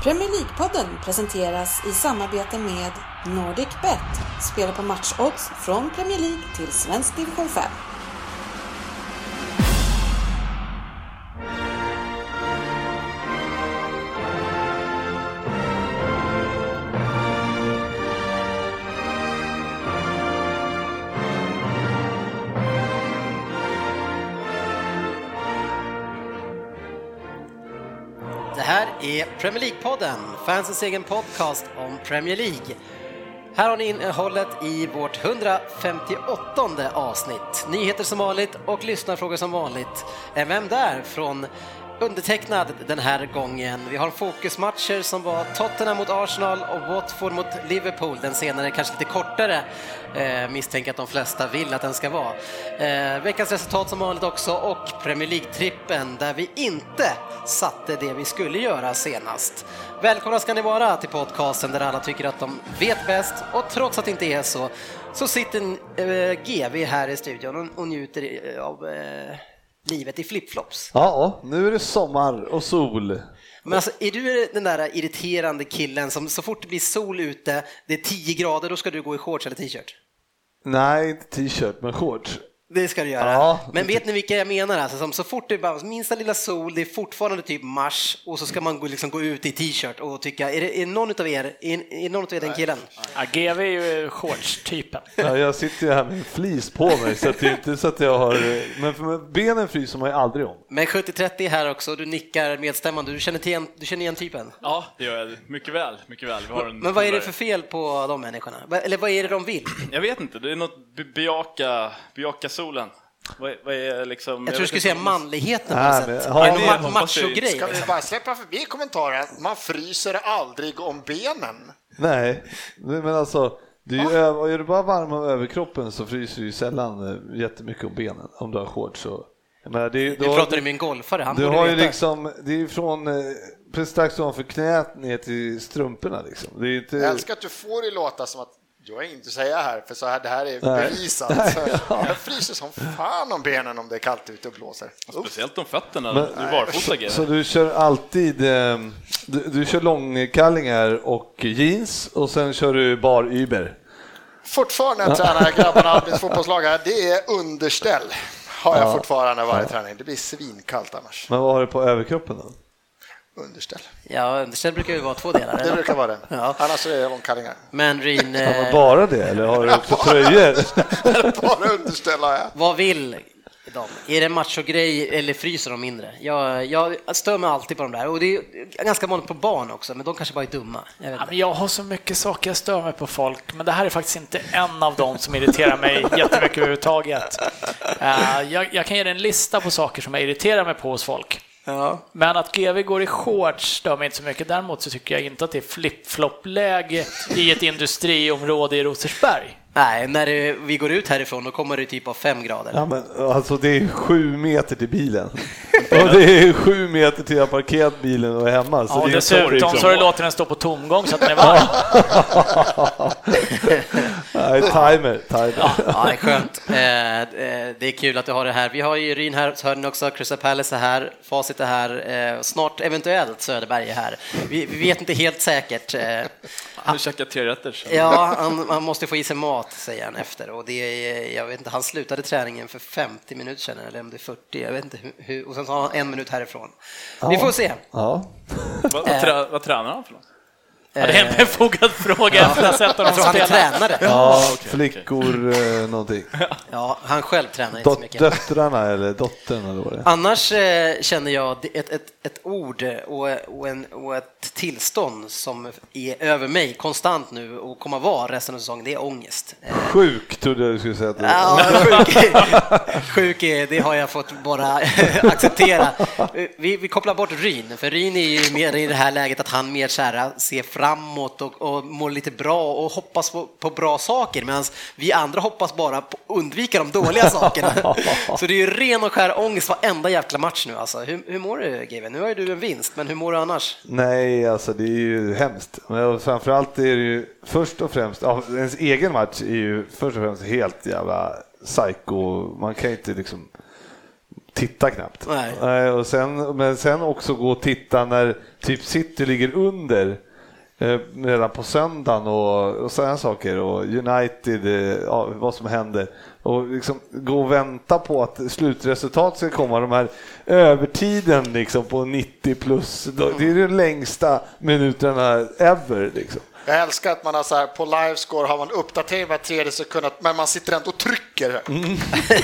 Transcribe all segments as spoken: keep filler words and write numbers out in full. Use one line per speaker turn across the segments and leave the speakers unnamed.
Premier League-podden presenteras i samarbete med NordicBet. Spela på matchodds från Premier League till svensk division fem.
Det här är Premier League-podden, fansens egen podcast om Premier League. Här har ni innehållet i vårt hundrafemtioåttonde avsnitt. Nyheter som vanligt och lyssnarfrågor som vanligt. Vem där från undertecknad den här gången? Vi har fokusmatcher som var Tottenham mot Arsenal och Watford mot Liverpool. Den senare kanske lite kortare, eh, misstänker att de flesta vill att den ska vara. Eh, veckans resultat som vanligt också och Premier League-trippen där vi inte satte det vi skulle göra senast. Välkomna ska ni vara till podcasten där alla tycker att de vet bäst, och trots att det inte är så så sitter eh, G V här i studion och, och njuter av eh, livet i flipflops.
Ja, nu är det sommar och sol.
Men alltså, är du den där irriterande killen som så fort det blir sol ute, det är tio grader, då ska du gå i shorts eller t-shirt?
Nej, inte t-shirt, men shorts.
Det ska du göra.
Ja.
Men vet ni vilka jag menar? Alltså, som så fort det är bara minsta lilla sol, det är fortfarande typ mars, och så ska man gå, liksom, gå ut i t-shirt och tycka, är det är någon utav er, är, är någon utav er den killen?
Ja, G V är ju shorts-typen.
Ja, jag sitter ju här med en flis på mig, så att det är inte så att jag har... Men för benen fryser man ju aldrig om.
Men sjuttio trettio här också, du nickar medstämmande. Du känner, till en, du känner igen typen?
Ja, det gör jag. Mycket väl. Mycket väl. Vi har en
Men vad är det för fel på de människorna? Eller vad är det de vill?
Jag vet inte, det är något be- bejaka, bejaka solen. Vad är, vad är liksom,
jag, jag tror du skulle
inte.
säga manligheten på
Nej,
något sätt.
men har
Är det
ni-
någon ma- macho-grej?
Ska vi bara släppa förbi kommentaren? Man fryser aldrig om benen.
Nej, men alltså... Det är, ju, ö- är det bara varm av överkroppen så fryser du ju sällan eh, jättemycket om benen om du har shorts. Så, jag menar, det är,
Nu
då,
pratar du med en golfare, han
du
borde
har ju
veta.
liksom, det är ju från eh, precis strax ovanför knät ner till strumporna liksom. Det är inte...
Jag älskar att du får det låta som att jag är inte säga här, för så här, det här är
Nej.
bevisat.
Nej.
Jag fryser som fan om benen om det är kallt ute och blåser.
Speciellt om fötterna,
Men-
du barfota G V.
Så du kör alltid eh, du, du kör långkallingar och jeans och sen kör du bar Uber.
Fortfarande tränar grabbarna Albins fotbollslag här. Det är underställ. Har jag
Ja.
fortfarande varje träning. Det blir svinkallt annars.
Men vad har du på överkroppen då?
Underställ.
Ja, underställ brukar ju vara två delar.
Det
eller?
brukar vara det.
Ja.
Annars är det långkallingar.
Men Rin,
Har man
eh,
bara det eller har du också tröjor?
Bara underställa, ja.
vad vill de? Är det macho-grej eller fryser de mindre? Jag, jag stör mig alltid på de där. Och det är ganska vanligt på barn också, men de kanske bara är dumma. Jag vet
Ja,
inte.
men jag har så mycket saker jag stör mig på folk, men det här är faktiskt inte en av dem som irriterar mig jättemycket överhuvudtaget. Uh, jag, jag kan ge dig en lista på saker som jag irriterar mig på hos folk.
Ja.
Men att G V går i shorts stör mig inte så mycket. Däremot så tycker jag inte att det är flip-flop-läge i ett industriområde i Rosersberg.
Nej, när det, vi går ut härifrån då kommer det typ av fem grader.
Ja, men alltså det är sju meter till bilen. Och det är sju meter till jag parkerat bilen och är hemma. Så
Ja, och
det är
dessutom
liksom...
så har du låtit den stå på tomgång så att den är varm.
Nej, timer, timer.
Ja, ja, det är skönt. Eh, eh, det är kul att du har det här. Vi har ju Ryn här, så hör ni också, Crystal Palace är här, Facit är här, eh, snart eventuellt Söderberg är här. Vi, vi vet inte helt säkert. Eh,
Han käkar tre rätter. Så.
ja, han, han måste få i sig mat, säger han efter. Och det är, jag vet inte, han slutade träningen för femtio minuter sedan, eller om det är fyrtio, jag vet inte hur, hur, och sen har han en minut härifrån. Vi får se.
Ja.
Vad, vad, trä, vad tränar han för något?
Ja, det är en befogad fråga efter att ha sett
Jag
honom
tror han är
spela.
tränare.
Ja, flickor eh, någonting.
Ja, han själv tränar inte så
Dot-
mycket.
döttrarna eller dottern eller vad det är.
Annars eh, känner jag ett, ett, ett ord och, och, en, och ett tillstånd som är över mig konstant nu och kommer att vara resten av säsongen, det är ångest. Eh,
Sjuk trodde jag du skulle säga att det var.
Ja, sjuk, sjuk är, det har jag fått bara acceptera. Vi, vi kopplar bort Ryn, för Ryn är ju mer i det här läget att han mer så här ser framåt och, och mår lite bra och hoppas på, på bra saker, medan vi andra hoppas bara på att undvika de dåliga sakerna. Så det är ju ren och skär ångest varenda jäkla match nu. Alltså. Hur, hur mår du, G V? Nu har ju du en vinst, men hur mår du annars?
Nej, alltså det är ju hemskt. Men framförallt är det ju först och främst, ja, ens egen match är ju först och främst helt jävla psycho. Man kan inte liksom, titta knappt.
Nej.
Nej, och sen, men sen också gå och titta när typ City ligger under eh, redan på söndagen och, och sådana saker och United, eh, ja, vad som händer och liksom gå och vänta på att slutresultat ska komma, de här övertiden liksom på nittio plus, det är de längsta minuterna ever liksom.
Jag älskar att man har så här, på livescore har man uppdatering var tredje sekund, men man sitter ändå och trycker. Mm.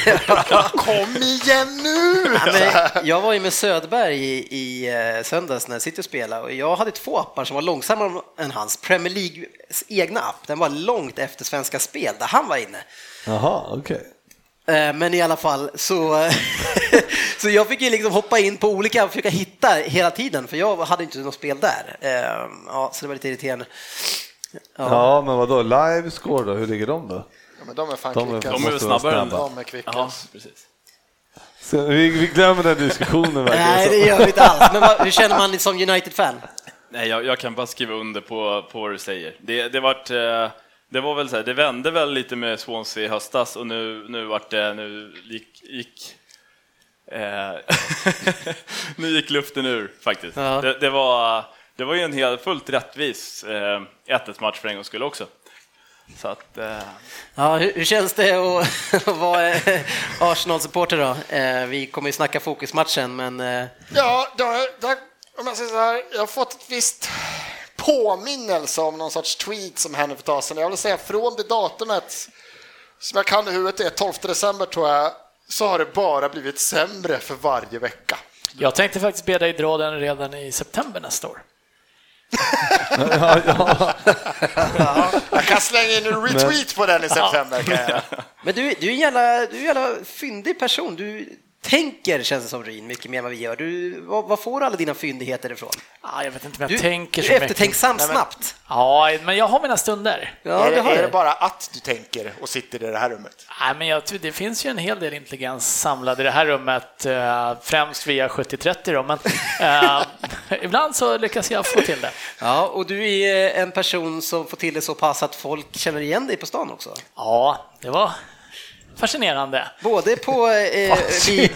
Kom igen nu!
Men jag var ju med Söderberg i, i söndags när jag sitter och spelade och jag hade två appar som var långsammare än hans. Premier Leagues egna app, den var långt efter Svenska Spel där han var inne.
Jaha, okej. Okay.
Men i alla fall så, så jag fick ju liksom hoppa in på olika och försöka hitta hela tiden för jag hade inte något spel där. Ja, så det var lite irriterande.
Ja, ja men vad då? Live score då? Hur ligger de då?
Ja, men de är fan
de
kvicka.
De är snabbare än
de är kvicka.
Ja, precis.
Så vi, vi glömmer den diskussionen.
Nej, det gör vi inte alls. Men vad, hur känner man som United-fan?
Nej, jag, jag kan bara skriva under på, på vad du säger. Det, det vart... Eh, Det var väl så här, det vände väl lite med Swansea i höstas och nu nu vart det nu gick gick eh, nu gick luften ur faktiskt. Ja. Det, det var det var ju en helt fullt rättvis eh, ett ett match för en gång skulle också. Så att eh.
ja, hur, hur känns det att, att vara eh, Arsenal-supporter då? Eh, vi kommer ju snacka fokusmatchen men eh.
ja, då, då, om jag säger så här, jag har fått ett visst påminnelse om någon sorts tweet som hände för ett tag sedan. Jag vill säga från det datumet som jag kan i huvudet är tolfte december tror jag, så har det bara blivit sämre för varje vecka.
Jag tänkte faktiskt be dig dra den redan i september nästa år.
ja, ja.
Ja, jag kan slänga in en retweet på den i september. Kan jag.
Men du, du är en jävla, du är en jävla fyndig person. Du tänker, känns det som Ryn, mycket mer än vad vi gör. Du, vad, vad får alla dina fyndigheter ifrån?
Ah, jag vet inte om jag
du,
tänker
du
så
är eftertänksam
mycket.
snabbt.
Ja, men jag har mina stunder.
Ja,
är, det,
det
är det bara att du tänker och sitter i det här rummet?
Nej, men jag tror det finns ju en hel del intelligens samlad i det här rummet, uh, främst via sjuttio trettio då, men uh, ibland så lyckas jag få till det.
Ja, och du är en person som får till det så pass att folk känner igen dig på stan också.
Ja, det var fascinerande.
Både på eh, vid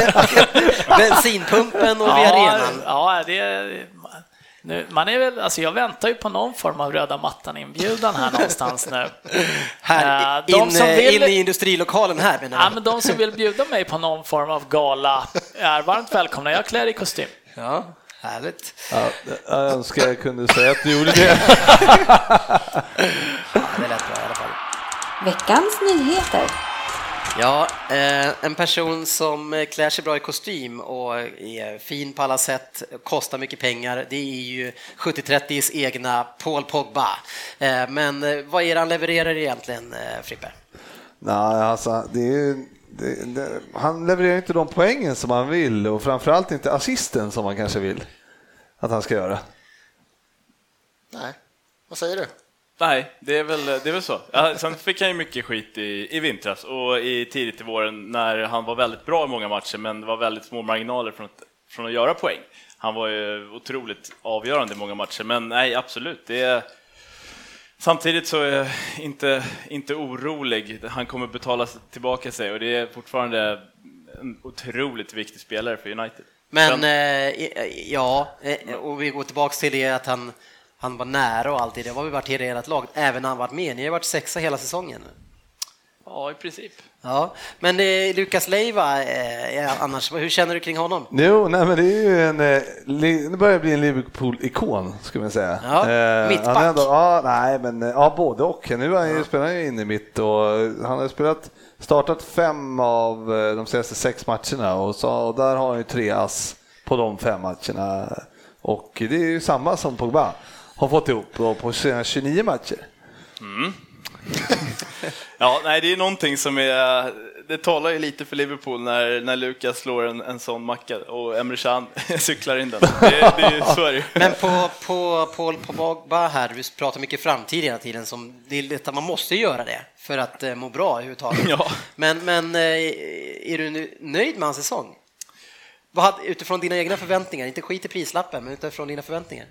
bensinpumpen och vid
ja,
arenan.
Ja, det nu, man är väl, alltså jag väntar ju på någon form av röda mattan inbjudan här någonstans nu.
Här,
de
in,
som vill,
in i industrilokalen här. Men
ja, men de som vill bjuda mig på någon form av gala är varmt välkomna. Jag klär i kostym.
Ja, härligt.
Ja, jag önskar jag kunde säga att du gjorde det.
Ja, det lät bra i alla fall.
Veckans nyheter.
Ja, eh, en person som klär sig bra i kostym och är fin på alla sätt, kostar mycket pengar, det är ju sjuttio trettio:s egna Paul Pogba. Eh, men vad är det han levererar egentligen, eh, Frippe?
Nej, alltså, det är, det, det, han levererar inte de poängen som han vill och framförallt inte assisten som han kanske vill att han ska göra.
Nej, vad säger du?
Nej, det är väl, det är väl så. Ja, sen fick han ju mycket skit i, i vintras och i tidigt i våren när han var väldigt bra i många matcher men det var väldigt små marginaler från att, från att göra poäng. Han var ju otroligt avgörande i många matcher, men nej, absolut. Det är, samtidigt så är jag inte, inte orolig. Han kommer betala tillbaka sig och det är fortfarande en otroligt viktig spelare för United.
Men eh, ja, och vi går tillbaka till det att han Han var nära och alltid. Det var ju varit i relat lag. Även när han varit med. Ni har varit sexa hela säsongen.
Ja, i princip.
Ja, men eh, Lucas Leiva, eh, annars, hur känner du kring honom?
Jo, nej, men det är ju en, det börjar bli en Liverpool-ikon, skulle man säga.
Ja,
eh,
mittback.
Han är ändå, ja, nej, men ja, både och. Nu är han ju, ja. spelar ju in i mitt och han har spelat, startat fem av de senaste sex matcherna och, så, och där har han ju tre ass på de fem matcherna. Och det är ju samma som Pogba har fått ihop på sina tjugonio matcher.
Mm. Ja, nej, det är någonting som är, det talar ju lite för Liverpool när, när Lucas slår en, en sån macka och Emre Can cyklar in den. Det, det är ju så är det.
Men på, på Paul Pogba här, vi pratar mycket framtid hela tiden, som det är lite, man måste göra det för att eh, må bra överhuvudtaget.
Ja.
Men, men eh, är du nu nöjd med hans säsong? Vad hade, utifrån dina egna förväntningar, inte skit i prislappen, men utifrån dina förväntningar?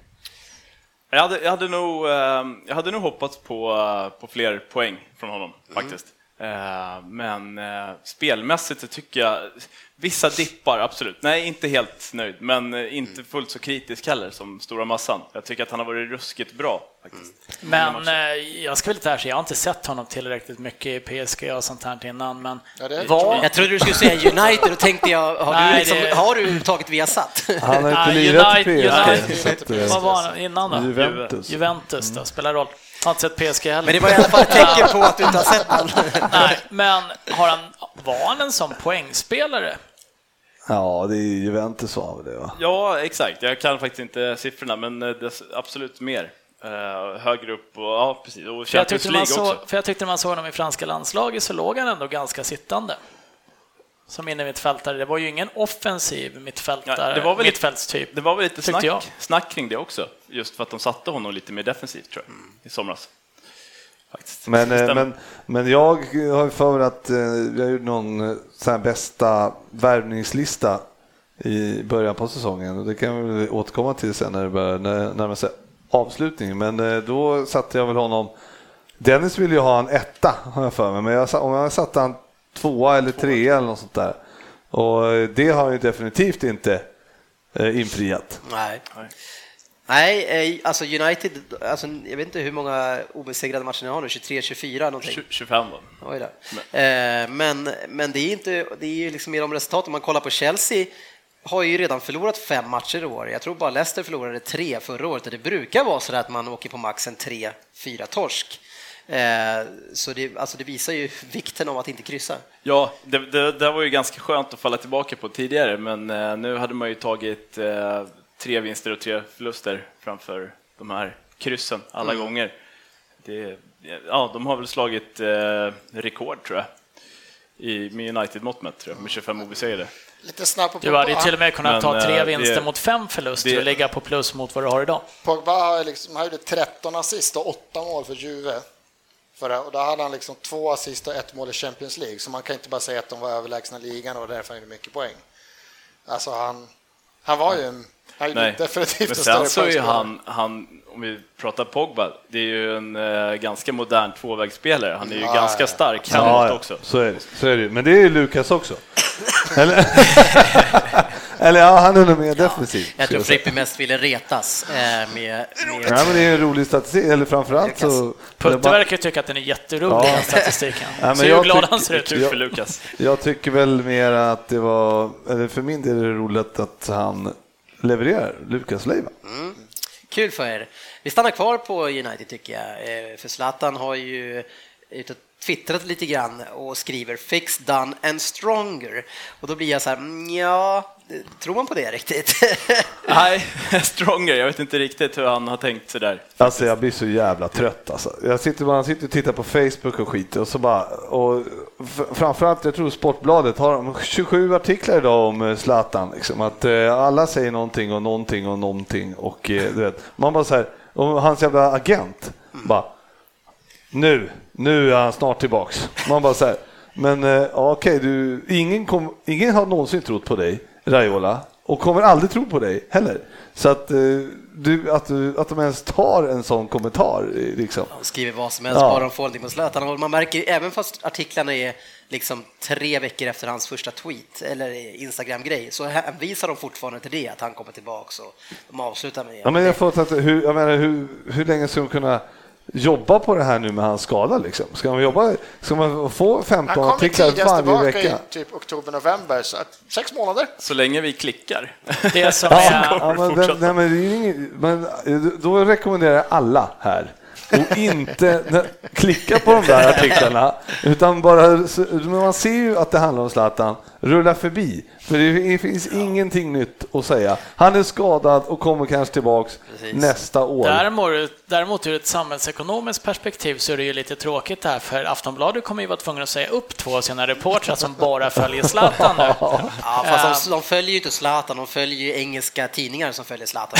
Jag hade, jag hade, nog, jag hade nog hoppats på, på fler poäng från honom, faktiskt. Men spelmässigt så tycker jag vissa dippar, absolut. Nej, inte helt nöjd, men inte fullt så kritisk heller som stora massan. Jag tycker att han har varit ruskigt bra faktiskt.
Men jag ska väl lite här säga, jag har inte sett honom tillräckligt mycket i P S G och sånt här innan, men
ja, det
vad...
Jag trodde du skulle säga United och tänkte jag, har, Nej, du, liksom, det... har du tagit Viasat?
Han har inte lirat P S G.
United, vad var han innan då?
Juventus.
Juventus då, spelar roll. Jag har inte sett P S G heller.
Men det var i alla fall ett tecken på att du inte har sett någon.
Nej, men har han, var han en sån poängspelare?
Ja, det är Juventus var det, va?
Ja, exakt. Jag kan faktiskt inte siffrorna, men det är absolut mer. Uh, högre upp och ja, precis. Och Champions League
så,
också.
För jag tyckte när man såg honom i franska landslaget så låg han ändå ganska sittande. Som inne mittfältare. Det var ju ingen offensiv mittfältare, ja, det var väl mittfältstyp.
Det var väl lite snack, snack kring det också. Just för att de satte honom lite mer defensivt, tror jag, mm. i somras. Faktiskt.
Men, men, men jag har för mig att jag gjorde någon så här bästa värvningslista i början på säsongen. Och det kan vi återkomma till sen när det börjar närma sig avslutningen. Men då satte jag väl honom... Dennis ville ju ha en etta, har jag för mig. Men jag, om jag satte han tvåa eller trea eller något sånt där. Och det har ju definitivt inte eh, infriat.
Nej. Nej, alltså United, alltså jag vet inte hur många obesegrade matcher ni har nu, tjugotre tjugofyra någonting.
tjugofem då.
Oj då. Men, men, men det är inte, det är ju liksom mer om resultat. Om man kollar på Chelsea har ju redan förlorat fem matcher i år. Jag tror bara Leicester förlorade tre förra året. Och det brukar vara så att man åker på max en tre fyra torsk. Så det, alltså det visar ju vikten av att inte kryssa.
Ja, det, det, det var ju ganska skönt att falla tillbaka på tidigare. Men nu hade man ju tagit tre vinster och tre förluster framför de här kryssen alla mm. gånger. Det, ja, de har väl slagit eh, rekord, tror jag, i med United-mått mätt, tror jag, med tjugofem obesegrade.
Lite snabbt på
Pogba. Du hade ju till och med kunnat men, ta tre vinster
det,
mot fem förluster det, och lägga på plus mot vad du har idag.
Pogba liksom, hade tretton assist och åtta mål för Juve. För, och då hade han liksom två assist och ett mål i Champions League. Så man kan inte bara säga att de var överlägsna ligan och därför är det mycket poäng. Alltså han, han var ju en...
Nej, definitivt men sen så är han, han, om vi pratar Pogba, det är ju en eh, ganska modern tvåvägsspelare. Han är ju ja, ganska ja. stark hemåt ja, också.
Så är det, så är det. Men det är ju Lukas också. Eller, Eller ja, han är nog mer defensiv.
Jag tror Frippi mest ville retas eh, med, med...
Ja, men det är en rolig statistik. Eller framförallt så...
Putte bara... verkar tycka att den är jätterolig, ja. den statistiken. Ja, men så jag glad han ser ut
jag,
för Lukas.
Jag tycker väl mer att det var... Eller för min del är det roligt att han levererar Lukas Leiva.
Mm. Kul för er. Vi stannar kvar på United, tycker jag. För Zlatan har ju ute twittrat lite grann och skriver fix, done and stronger. Och då blir jag så här, ja, tror man på det riktigt?
Nej, stronger. Jag vet inte riktigt hur han har tänkt sig där.
Alltså jag blir så jävla trött alltså. Jag sitter bara sitter och tittar på Facebook och skit och så bara och framförallt jag tror Sportbladet har tjugosju artiklar idag om Zlatan liksom, att eh, alla säger någonting och någonting och någonting och eh, du vet, man bara så här, och hans jävla agent mm. bara nu nu är han snart tillbaks. Man bara så här, men eh, okej, okay, du ingen kom, ingen har någonsin trott på dig, Raiola, och kommer aldrig tro på dig heller. Så att eh, du att du att de ens tar en sån kommentar liksom.
De skriver vad som helst, ja. Bara de får någonting på Zlatan. Och man märker även fast artiklarna är liksom tre veckor efter hans första tweet eller Instagram-grej, så visar de fortfarande till det att han kommer tillbaks och de avslutar med det.
Ja, men jag får att hur jag menar hur hur länge ska de kunna jobba på det här nu med hans skada liksom? Ska man jobba, ska man få femton artiklar varje vecka?
I typ oktober, november, så att sex månader.
Så länge vi klickar.
Det som är...
ja, men, den, nej, men, det är ingen, men då rekommenderar jag alla här och inte ne, klicka på de där artiklarna utan bara, man ser ju att det handlar om Zlatan, rulla förbi, för det finns ja. ingenting nytt att säga. Han är skadad och kommer kanske tillbaks Precis. nästa år.
Däremot, däremot ur ett samhällsekonomiskt perspektiv så är det ju lite tråkigt här, för Aftonbladet kommer ju vara tvungna att säga upp två av sina reportrar som bara följer Zlatan nu.
Ja, fast de, de följer ju inte Zlatan, de följer ju engelska tidningar som följer Zlatan.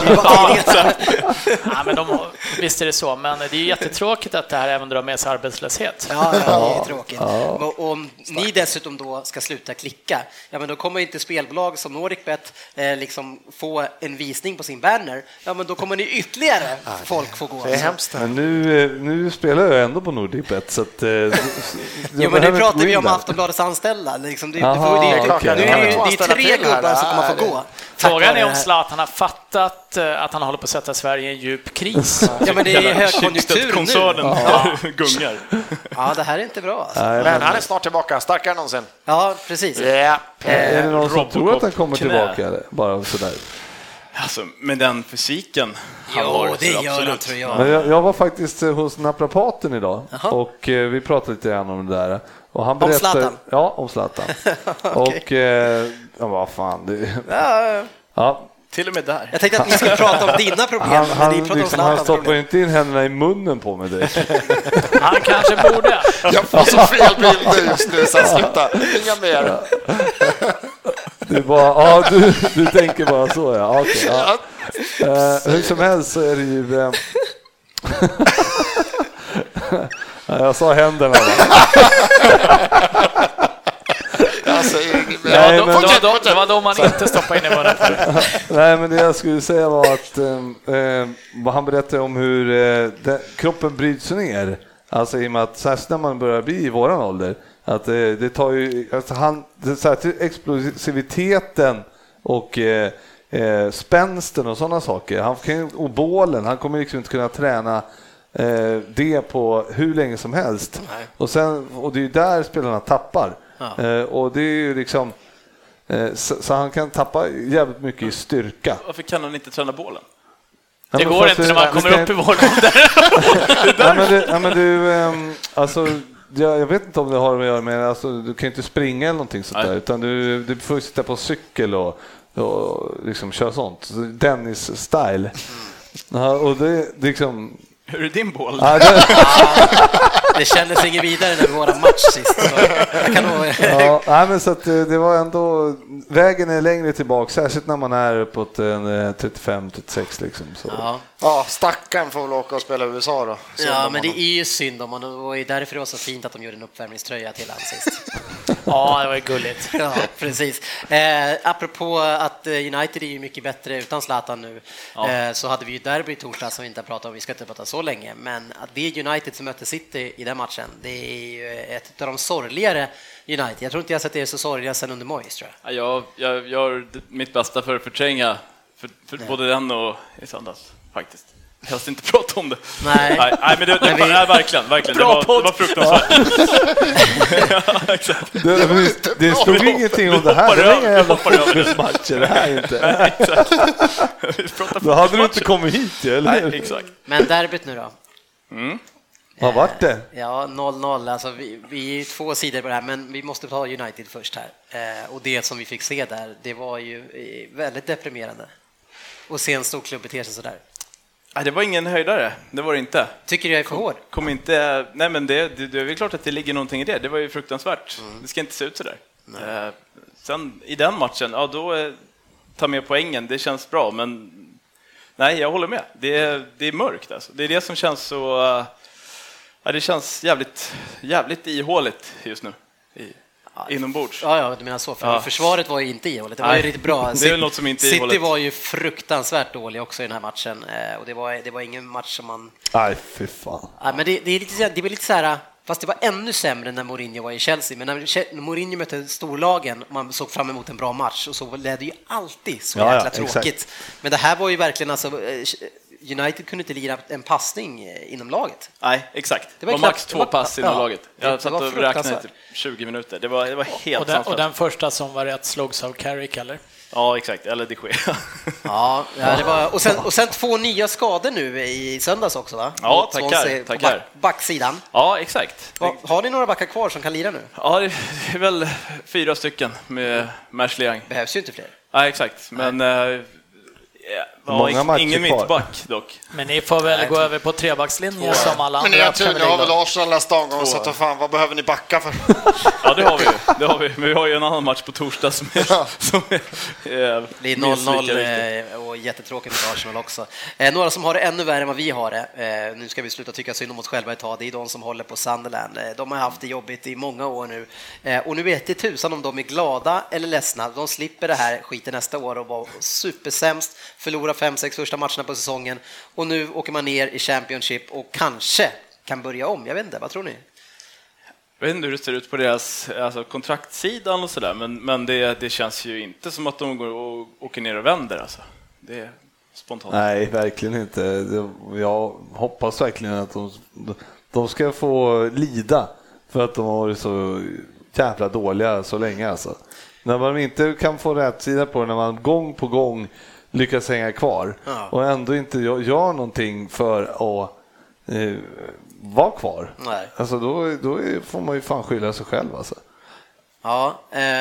ja, men de, visst är det så, men det är ju jättetråkigt att det här även drar med sig arbetslöshet.
Ja, ja det är tråkigt. Ja. Och om ni dessutom då ska sluta klicka, ja men då då kommer inte spelbolag som NordicBet eh, liksom få en visning på sin banner. Ja, men då kommer ni ytterligare folk få gå.
Det är hemskt.
Men nu, nu spelar jag ändå på NordicBet så att... Eh,
jo, men nu pratar vi om Aftonbladets anställda. Liksom, det,
Aha,
det, det,
okay.
Nu är det, det är tre gubbar som kommer få gå.
Frågan är om Zlatan har fattat att han håller på att sätta Sverige i en djup kris.
Ja, men det är högkonjunktur
koncernen
ja.
gungar.
Ja, det här är inte bra. Alltså.
Men, men han är snart tillbaka, starkare än någonsin.
Ja, precis.
Yeah.
Är det någon som
Robocop
tror att han kommer
knä.
tillbaka? Eller? Bara sådär.
Alltså, med den fysiken han
Jo,
har,
det
så
gör
absolut.
han, tror jag.
Men jag, jag var faktiskt hos naprapaten idag.
Jaha.
Och eh, vi pratade lite grann om det där. Och han
Om
berättade,
Zlatan?
Ja, om Zlatan. Och eh, ja, vad fan. Det,
Ja,
ja,
Till och med där.
jag tänkte att ni skulle prata om dina problem,
han,
men
han,
ni pratar om
liksom, han
Zlatans
stoppar ju
problem.
inte in händerna i munnen på mig direkt.
Han kanske borde.
Jag får så fel bilder just nu, så sluta. Inga mer.
Du, bara, ja, du, du tänker bara så, ja. Okej, ja. Eh, hur som helst så är det ju... Eh, ja, jag sa händerna.
Alltså,
Nej,
Ja,
men-
då, då, då, det var då man inte stoppade in i munnen.
Nej, men det jag skulle säga var att eh, eh, vad han berättade om hur eh, det, kroppen bryts ner. Alltså i och med att särskilt när man börjar bli i våran ålder, att eh, det tar ju, alltså han, det, så här, till explosiviteten och eh, eh, spänsten och sådana saker. Han kan ju, och bålen, han kommer liksom inte kunna träna eh, det på hur länge som helst.
Nej.
Och sen, och det är ju där spelarna tappar.
Ja.
Eh, och det är ju liksom eh, så, så han kan tappa jävligt mycket i styrka.
Varför kan han inte träna bålen?
Ja,
Det
men
går
fast
inte när man
det-
kommer
det-
upp i vår ålder.
Ja, men det, ja, men du, ehm, alltså, jag, jag vet inte om det har att göra med, alltså, du kan inte springa eller någonting sånt
Nej.
där, utan du, du får sitta på cykel och, och liksom köra sånt. Dennis-style. Ja, och det, det liksom...
Hur är din bål?
Ja, det,
Det kändes inget vidare när vi var match sist. Så jag kan nog...
ja, nej, men så att det, det var ändå, vägen är längre tillbaka, särskilt när man är uppåt en trettiofem trettiosex liksom. Så.
Ja.
ja, stackaren får väl åka och spela i U S A då. Synd
Ja,
om
men det
honom.
är ju synd om honom. Och det var därför det var så fint att de gjorde en uppvärmningströja till han sist.
Ja, det var ju gulligt.
Ja, precis. Eh, apropå att eh, United är ju mycket bättre utan Zlatan nu,
Ja.
eh, så hade vi ju derby i torsdag som vi inte har pratat om, vi ska inte prata så länge, men att det är United som mötte City i den matchen, det är ju ett av de sorgligare United. Jag tror inte jag har sett det så sorgliga sedan under Moyes, tror jag.
Ja, Jag, jag gör mitt bästa för att förtränga för, för både den och i söndags, faktiskt. Jag ska inte prata om det.
Nej.
nej, nej men det, det,
Men vi-
nej, verkligen, verkligen. Det
Bra
var, det
podd.
var fruktansvärt. ja, exakt.
Det, det, det stod
Vi
ingenting om det här, det
hoppar
var inga
över,
jävla
vi hoppar över det.
fotbollsmatcher, det här är inte.
Nej, exakt. Vi pratar
Då hade du inte
fotbollsmatcher.
kommit hit ju, eller hur?
Nej, exakt.
Men derbyt nu då?
Vad vart det?
Ja, noll noll. Alltså, vi, vi är två sidor på det här, men vi måste ta United först här. Eh, och det som vi fick se där, det var ju eh, väldigt deprimerande. Och se en stor klubb bete sig sådär.
Nej, det var ingen höjdare, det var det inte.
Tycker du jag är för hård?
Kom inte, nej men det, det, det är väl klart att det ligger någonting i det. Det var ju fruktansvärt.
Mm.
Det ska inte se ut så där. Eh, sen i den matchen, ja då eh, ta med poängen, det känns bra, men nej, jag håller med. Det är, det är mörkt alltså. Det är det som känns så, eh, ja, det känns jävligt, jävligt ihåligt just nu. I, inombords.
Ja, ja, du menar så. För
Ja.
försvaret var ju inte ihållet. Det var
Nej,
ju riktigt bra.
det är väl något som inte är
City
ihållet.
var ju fruktansvärt dålig också i den här matchen. Eh, och det var, det var ingen match som man...
Nej, fy fan.
Ja, men det, det, är lite, så- det var lite så här... Fast det var ännu sämre när Mourinho var i Chelsea. Men när Che- när Mourinho mötte storlagen, man såg fram emot en bra match, och så led det ju alltid så
Ja,
jäkla
ja,
tråkigt.
exakt.
Men det här var ju verkligen alltså... eh, United kunde inte lira en passning eh, inom laget.
Nej, exakt.
Det
Det
var
var,
knappt-
max
det
två
var-
pass inom
ja,
laget.
det-
Jag
det
satt
var
och räknade i
fruktansvärt.
typ tjugo minuter. Det var, det var helt
Och den, och
sanslöst.
den första som var rätt slogs av Carrick, eller?
Ja, exakt. Eller de Gea.
Ja, ja det var, och, sen, och sen två nya skador nu i söndags också, va?
Ja,
Mot
tackar,
Swansea på
tackar.
Back, backsidan.
Ja, exakt.
Va, har ni några backar kvar som kan lira nu?
Ja, det är väl fyra stycken med Mersliang.
Behövs ju inte fler.
Ja, exakt. Men eh,
många matcher
ingen
kvar.
mittback dock.
Men ni får väl gå över på trebackslinjen som alla
Men
andra.
ni har tur, ni har väl Arsenal nästa omgång, så att fan, vad behöver ni backa för?
Ja, det har vi. Det har vi. Men vi har ju en annan match på torsdag som är,
Ja.
som är eh,
Det blir
minst
noll noll
lika viktig.
eh, och jättetråkigt mot Arsenal också. Eh, några som har det ännu värre än vad vi har det. Eh, nu ska vi sluta tycka synd om oss själva ett tag. Det är de som håller på Sunderland. Eh, de har haft det jobbigt i många år nu. Eh, och nu vet det tusan om de är glada eller ledsna. De slipper det här skiten nästa år och vara supersämst, förlora fem, sex första matcherna på säsongen. Och nu åker man ner i Championship och kanske kan börja om. Jag vet inte, vad tror ni?
Jag vet inte hur det ser ut på deras alltså, kontraktssidan och sådär, men, men det, det känns ju inte som att de går och åker ner och vänder. Alltså. Det är spontant.
Nej, verkligen inte. Jag hoppas verkligen att de, de ska få lida för att de har varit så jävla dåliga så länge. Alltså. När man inte kan få rätt sida på det, när man gång på gång lyckas hänga kvar
ja.
och ändå inte gör någonting för att eh, vara kvar.
Nej.
Alltså då, då får man ju fan skylla sig själv. Alltså.
Ja,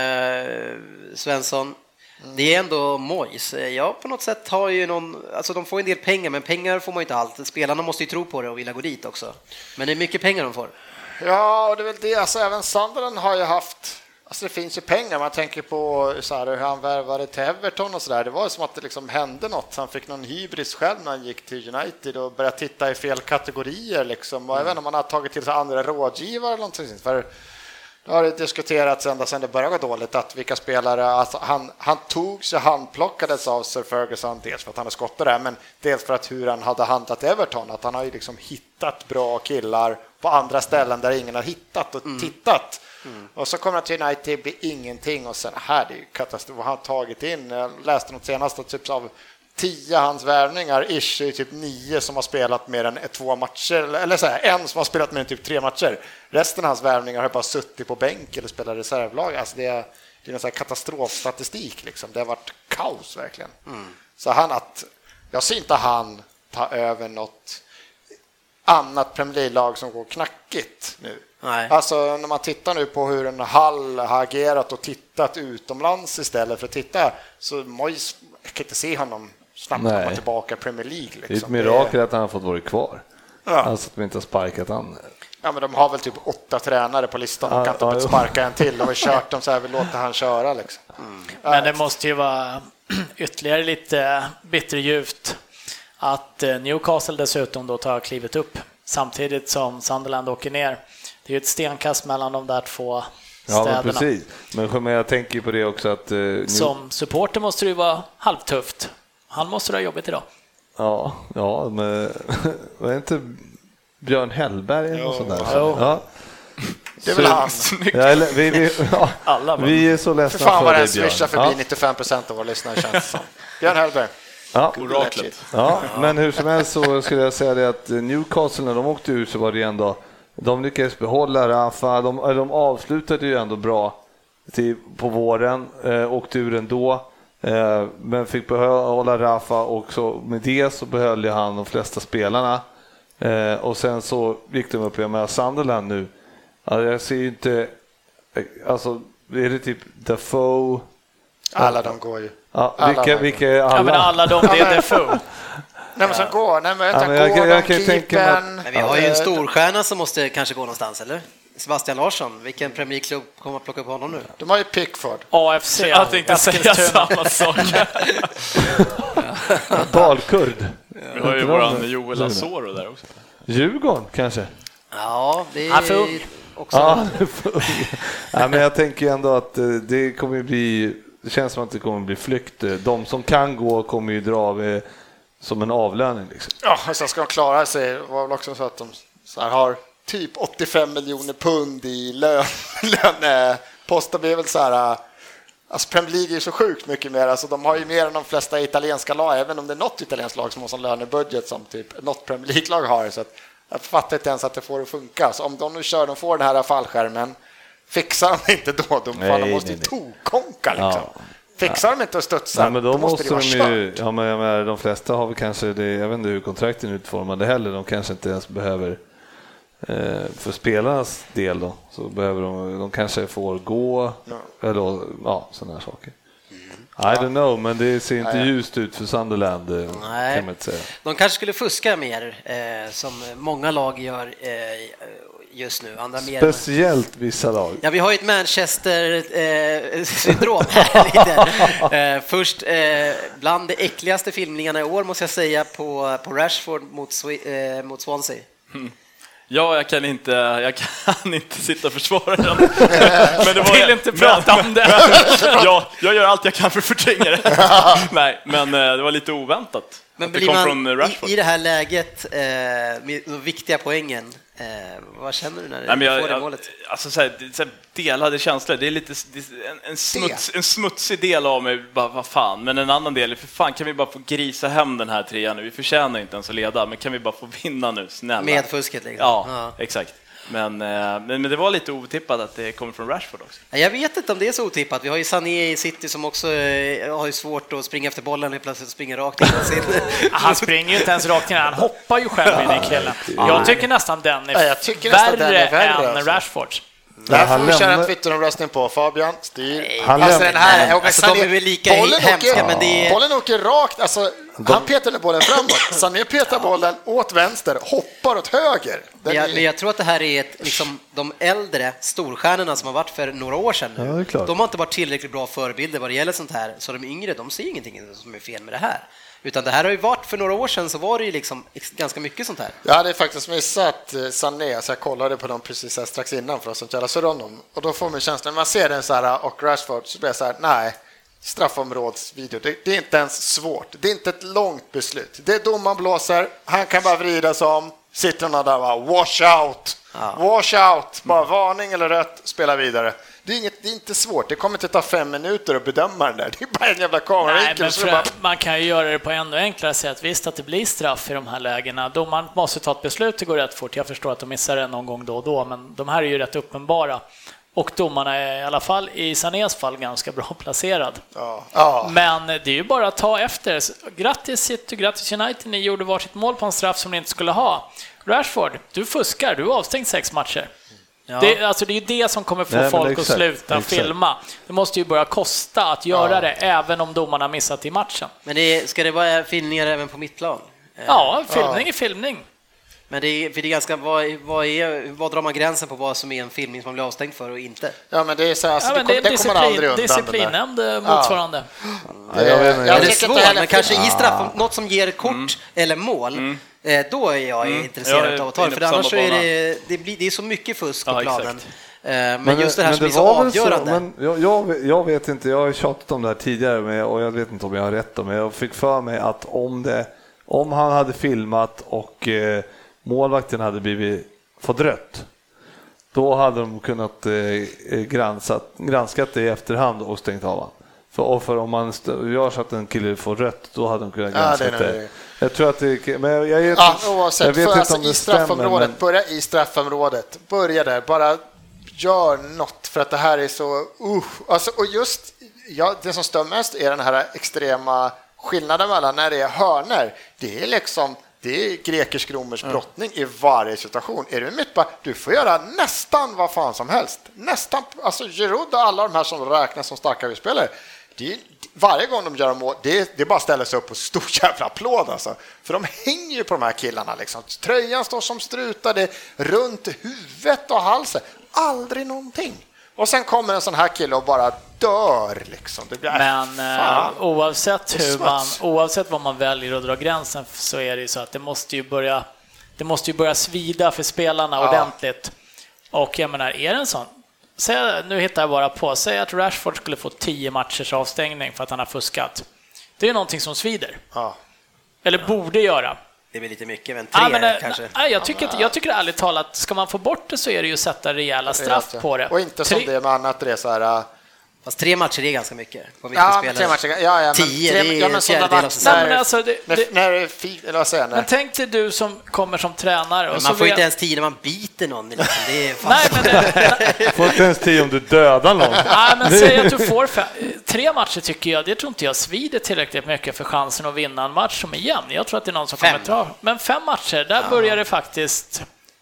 eh, Svensson, det är ändå Moyes. Ja, på något sätt har ju någon, alltså de får en del pengar, men pengar får man ju inte allt. Spelarna måste ju tro på det och vilja gå dit också. Men det är mycket pengar de får.
Ja, och det är väl det. Alltså, även Sunderland har ju haft... Alltså, det finns ju pengar. Man tänker på så här, hur han värvade till Everton och sådär. Det var ju som att det liksom hände något. Han fick någon hybris själv när han gick till United och började titta i fel kategorier. Liksom. Och mm. även om man har tagit till sig andra rådgivare eller någonting. För det har det diskuterats ända sedan det började gå dåligt att vilka spelare, alltså han, han tog sig, han plockades av Sir Ferguson, dels för att han är skottare där, men dels för att hur han hade handlat Everton, att han har ju liksom hittat bra killar på andra ställen där ingen har hittat och mm. tittat. Mm. Och så kommer han till United, blir ingenting och sen här, det är ju katastrof. Han har tagit in, jag läste något senast typ av tio hans värvningar, ish, är typ nio som har spelat mer än två matcher, eller så här, en som har spelat mer än typ tre matcher. Resten av hans värvningar har bara suttit på bänk eller spelat reservlag. Alltså det är, det är en sån här katastrofstatistik liksom. Det har varit kaos verkligen. Mm. Så han att, jag ser inte han ta över något annat Premier League-lag som går knackigt nu.
Nej.
Alltså när man tittar nu på hur en Hall har agerat och tittat utomlands istället för att titta, så Moyes, jag kan inte se honom snabbt komma tillbaka i Premier League. Liksom.
Det är ett mirakel att han har fått vara kvar. Ja. Alltså att de inte har sparkat han.
Ja, men de har väl typ åtta tränare på listan. De kan ja, inte ja, sparka en till. De har kört dem så här, vi låter han köra. Liksom.
Mm. Men det måste ju vara ytterligare lite bitterljuvt att Newcastle dessutom då tar klivet upp samtidigt som Sunderland åker ner. Det är ju ett stenkast mellan de där två städerna.
Ja, men precis. Men jag tänker på det också att... Uh,
som supporter måste det ju vara halvtufft. Han måste ha jobbet idag.
Ja, ja, men var inte Björn Hellberg eller något sånt där?
Jo.
Ja.
Det är väl han.
Ja, eller, vi, vi, ja,
Alla
vi är så ledsna
för fan
för
vad
det,
den swishar förbi
ja.
nittiofem procent av våra lyssnare känns som. Björn Hellberg.
Ja.
Oraklet.
Ja, men hur som helst så skulle jag säga det att Newcastle när de åkte ut så var det ändå, de lyckades behålla Rafa, de, de avslutade ju ändå bra till, på våren, eh, åkte ur ändå. Men fick behålla Rafa och så med det så behöll han de flesta spelarna eh, och sen så gick de upp med Sunderland nu. Alltså, jag ser ju inte, alltså är det typ Defoe?
Alla de går ju.
Ja, vilka, vilka är alla?
Ja, men alla de, det är Defoe.
Nej, men som går, nej men
ja, men jag, jag, jag kan tänka mig att...
Men vi har ju en storstjärna som måste kanske gå någonstans, eller? Sebastian Larsson, vilken Premier League-klubb kommer att plocka upp honom nu?
De har ju Pickford.
A F C.
Jag tänkte säga samma sak.
Balkurd.
Vi har ju våran Joel Asoro där också.
Djurgården kanske?
Ja, det är också...
Ja, ja, men jag tänker ändå att det kommer bli... Det känns som att det kommer bli flykt. De som kan gå kommer ju dra med, som en avlöning. Liksom.
Ja, och sen ska de klara sig. Det var väl också så att de så här har typ åttiofem miljoner pund i lön. Löneposter blir väl så här... Alltså Premier League är så sjukt mycket mer. Alltså de har ju mer än de flesta italienska lag. Även om det är något italienskt lag som har sån lönebudget som typ något Premier League-lag har. Så att jag fattar inte ens att det får att funka. Så om de nu kör, de får den här fallskärmen. Fixar de inte då? De, nej, fan, de måste ju tokonka liksom. Ja. Fixar ja. de inte att studsa?
Nej, men då, då måste,
måste
de ju... Ja, men, men de flesta har väl kanske... Det, jag vet inte hur kontrakten är utformade heller. De kanske inte ens behöver... Eh, för spelarnas del då. Så behöver de... De kanske får gå. Ja. Eller ja, sådana här saker.
Mm.
I don't know, men det ser inte Nej. ljust ut för Sunderland. Nej. Kan man inte säga.
De kanske skulle fuska mer, eh, som många lag gör eh, just nu. Andra
Speciellt mer. Vissa lag.
Ja, vi har ju ett Manchester-syndrom eh, här. eh, först, eh, bland de äckligaste filmningarna i år måste jag säga på, på Rashford mot, eh, mot Swansea.
Mm. Ja, jag kan inte, jag kan inte sitta och försvara den. Men det var
vill inte prata
men,
om det.
Men, ja, jag gör allt jag kan för att förtränga det. Nej, men det var lite oväntat.
Men
det kom
man,
från Rashford.
I, I det här läget, eh, med de viktiga poängen, eh, vad känner du när
Nej,
du
jag,
får det
jag,
målet?
Alltså, så här, så här, delade känslor. Det är lite det är en, en, smuts, en smutsig del av mig, bara, vad fan. Men en annan del, för fan, kan vi bara få grisa hem den här trean nu? Vi förtjänar inte ens att leda, men kan vi bara få vinna nu, snälla?
Med fusket liksom.
Ja, ja. Exakt. Men, men, men det var lite otippat att det kommer från Rashford också.
Jag vet inte om det är så otippat. Vi har ju Sané i City som också har ju svårt att springa efter bollen och plötsligt springer rakt in.
Han springer ju inte ens rakt in, han hoppar ju själv in i killen. Jag tycker nästan den är,
jag tycker värre,
den är värre än
alltså.
Rashfords.
Där får vi köra en Twitter-omröstning på Fabian, styr.
Han
alltså den här,
alltså,
Sané,
de är väl lika
bollen,
hemska,
åker,
men det är...
bollen åker rakt, alltså de... han petar bollen framåt, Sané petar bollen åt vänster, hoppar åt höger.
Men jag, är... men jag tror att det här är ett, liksom, de äldre storstjärnorna som har varit för några år sedan nu.
Ja,
de har inte varit tillräckligt bra förebilder vad det gäller sånt här, så de yngre, de ser ingenting som är fel med det här. Utan det här har ju varit, för några år sedan så var det ju liksom ganska mycket sånt här.
Jag hade faktiskt missat Sané, så jag kollade på dem precis här strax innan för att inte jag såg honom. Och då får man känslan, när man ser den så här och Rashford, så blir jag så här, nej, straffområdsvideo, det, det är inte ens svårt. Det är inte ett långt beslut. Det är domaren blåser, han kan bara vrida sig om, sitter någon där och bara, wash out, ja. wash out, bara varning eller rött, spela vidare. Det är, inget, det är inte svårt, det kommer inte ta fem minuter att bedöma den där. Det är bara en jävla kameravinkel.
Bara... Man kan ju göra det på ännu enklare sätt. Visst att det blir straff i de här lägena. Domaren måste ta ett beslut, det går rätt fort. Jag förstår att de missar det någon gång då och då, men de här är ju rätt uppenbara. Och domarna är i alla fall, i Sanés fall, ganska bra placerad.
Ja. Ja.
Men det är ju bara att ta efter. Grattis City, grattis United, ni gjorde varsitt mål på en straff som ni inte skulle ha. Rashford, du fuskar, du har avstängt sex matcher. Ja. Det, alltså det är ju det som kommer få Nej, folk exakt, att sluta exakt. filma. Det måste ju börja kosta att göra ja. det, även om domarna missat i matchen.
Men det, ska det vara filmningar även på mittplan?
Ja, filmning ja. är filmning.
Men det är, för det är ganska, vad, vad, är, vad drar man gränsen på vad som är en filmning som man blir avstängd för och inte?
Ja, men det är så här, alltså,
ja,
det, kom,
det,
det kommer aldrig undan.
Disciplinnämnd motsvarande.
Ja. Jag vet,
jag ja, det är svårt, men kanske i straff, något som ger kort mm. eller mål, mm. eh, då är jag mm. intresserad av att ta det. För annars så är det, det, blir, det är så mycket fusk på ja, planen. Eh, men, men just det här men som det är så avgörande. Så, men
jag, jag, jag vet inte, jag har tjatat om det här tidigare med, och jag vet inte om jag har rätt om det. Jag fick för mig att om, det, om han hade filmat och eh, målvakten hade blivit fått rött, då hade de kunnat eh, granskat, granskat det i efterhand och stängt av. För, och för om man st- gör så att en kille får rött, då hade de kunnat granska ja, det. det. Jag tror att det, men jag, jag,
ja, oavsett,
jag vet
för,
inte
alltså,
om det
i straffområdet,
stämmer, men...
börja i straffområdet, börja där, bara gör något, för att det här är så uh, alltså, och just ja, det som stör mest är den här extrema skillnaden mellan när det är hörner. Det är liksom det är grekisk romers brottning mm. i varje situation. Är du mittback, du får göra nästan vad fan som helst. Nästan, alltså Giroud och alla de här som räknas som starka spelare. Det är, varje gång de gör mål, det är, det är bara att ställa sig upp och stor jävla applåd alltså. För de hänger ju på de här killarna liksom. Tröjan står som strutade runt huvudet och halsen. Aldrig någonting. Och sen kommer en sån här kille och bara dör liksom. Det blir,
men eh, oavsett hur man, oavsett vad man väljer att dra gränsen, så är det ju så att det måste ju börja det måste ju börja svida för spelarna ja. ordentligt. Och jag menar, är det en sån, säg, nu hittar jag bara på, säg att Rashford skulle få tio matchers avstängning för att han har fuskat. Det är någonting som svider. Ja. Eller ja. borde göra.
Det blir lite mycket, men tre
ja, men,
kanske.
Nej, jag tycker, jag tycker ärligt talat, ska man få bort det så är det ju att sätta rejäla straff på det.
Och inte som tre... det med annat, det är så här...
Fast tre matcher är ganska mycket. På
ja, tre matcher. Ja, ja, men
tio,
tre,
det är
ja, men
en del av säsongen.
Men, alltså, det,
när,
det,
när, när, eller vad säger jag, när.
Men tänk dig du som kommer som tränare. Och
man
så
får
vet...
inte ens tio när man biter någon. Liksom. Det är
nej, men det...
får inte ens tio om du dödar någon.
Nej, men säg att du får fem... tre matcher tycker jag, det tror inte jag svider tillräckligt mycket för chansen att vinna en match som är jämn. Jag tror att det är någon som fem. kommer ta. Men fem matcher, där ja. börjar det faktiskt...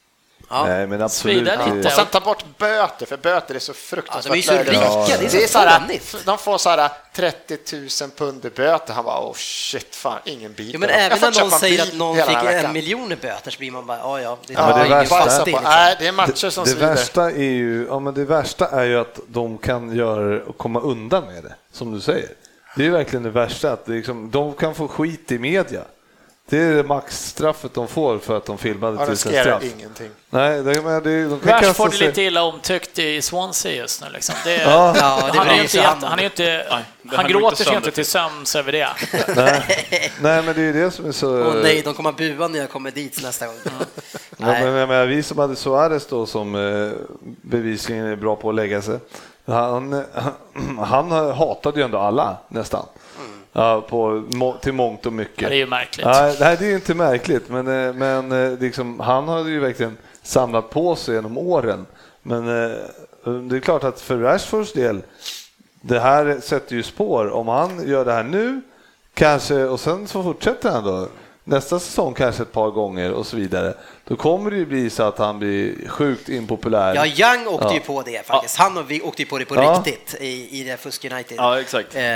Ja.
Nej, men absolut.
Svida lite.
Och sen ta bort böter, för böter är så fruktansvärt.
Ja, de är ju så
löjliga.
rika, det är så
Det är så här,
fånigt.
de får så här trettio tusen pund i böter. Han bara, oh shit, fan, ingen bil.
Jo, men
Jag
även
får
när
köpa
någon
en
säger
bil
att någon
hela
fick
den här
en
veckan.
miljon i böter så blir man bara, ja ja, det är,
Ja, men det
ingen
värsta-
fattig,
Passa på.
liksom.
Nej, det är matcher som
Det
svider.
värsta är ju, ja men det värsta är ju att de kan göra och komma undan med det, som du säger. Det är ju verkligen det värsta, att det liksom, de kan få skit i media. Det är det maxstraffet de får för att de filmade
Ja,
till
de
sin
riskerar
straff.
ingenting.
Nej, det, men det, de kan kasta
Rashford är
sig.
lite illa omtyckt i Swansea just nu. Liksom. Det,
Ja.
Ja, det
han, är
blir
ju
ju
inte,
så
jätte-
han-
han, är ju inte,
Nej, det
han
hann
gråter
inte
sig ju
sönder
inte till sömns över det.
Nej. Nej, men det är ju det som är så...
Åh nej, de kommer bua när jag kommer dit nästa gång.
Ja,
Nej.
men, men, vi som hade Suarez då, som eh, bevisligen är bra på att lägga sig, han, han hatade ju ändå alla nästan. Ja, på, må, till mångt och mycket.
Ja, det är ju märkligt.
Nej, det här är ju inte märkligt, men, eh, men eh, liksom, han hade ju verkligen samlat på sig genom åren. Men eh, det är klart att för Rashfords del, det här sätter ju spår. Om han gör det här nu, kanske, och sen så fortsätter han då nästa säsong kanske ett par gånger och så vidare, då kommer det ju bli så att han blir sjukt impopulär.
Ja, Young åkte
Ja.
ju på det faktiskt. Han och vi åkte ju på det på
Ja.
riktigt i, i det Fusk United.
Ja, exakt.
Eh,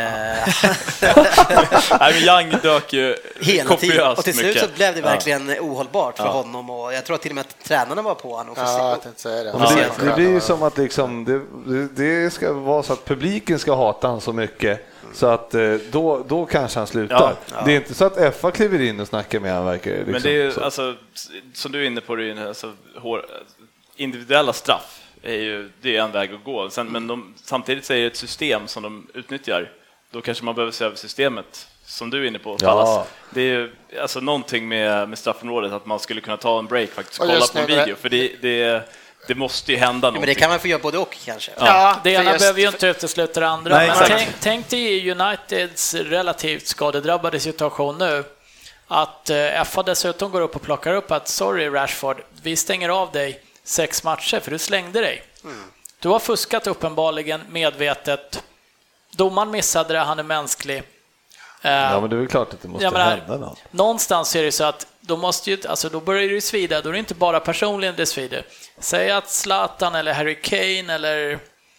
Nej, men Young dök ju
hela tiden.
kopiöst
Och till slut
mycket.
så blev det
Ja.
verkligen ohållbart för
Ja.
honom. Och jag tror att till och med att tränarna var på honom.
Ja, jag tänkte säga det.
Och
Ja,
det, det blir ju som att liksom, det, det, det ska vara så att publiken ska hata han så mycket så att eh, då, då kanske han slutar.
Ja.
Ja.
Det är inte så att F A kliver in och snackar med han, verkar liksom.
Men det är ju,
så.
alltså, som du är inne på, det är ju, alltså, hår, individuella straff är ju det är en väg att gå. Sen, men de, samtidigt så är det ett system som de utnyttjar. Då kanske man behöver se över systemet, som du är inne på.
Ja.
Allas. Det är ju alltså, någonting med, med straffområdet, att man skulle kunna ta en break faktiskt och
Och
kolla
just
på en
nu, det-
video. För det, det, det måste ju hända
Ja, men
någonting.
det kan man få göra både och kanske.
Ja,
Det
för
ena
just-
behöver ju inte utesluta det andra.
Nej,
men
exakt.
tänk, tänk dig Uniteds relativt skadedrabbade situation nu. Att eh, F A dessutom går upp och plockar upp att sorry Rashford, vi stänger av dig sex matcher för du slängde dig.
Mm.
Du har fuskat uppenbarligen medvetet. Domaren missade det, han är mänsklig. Eh,
Ja, men det är väl klart att det måste
jag menar,
hända något.
någonstans är det så att då måste ju, alltså då börjar det ju svida, då är det inte bara personligen det svider. Säg att Zlatan eller Harry Kane eller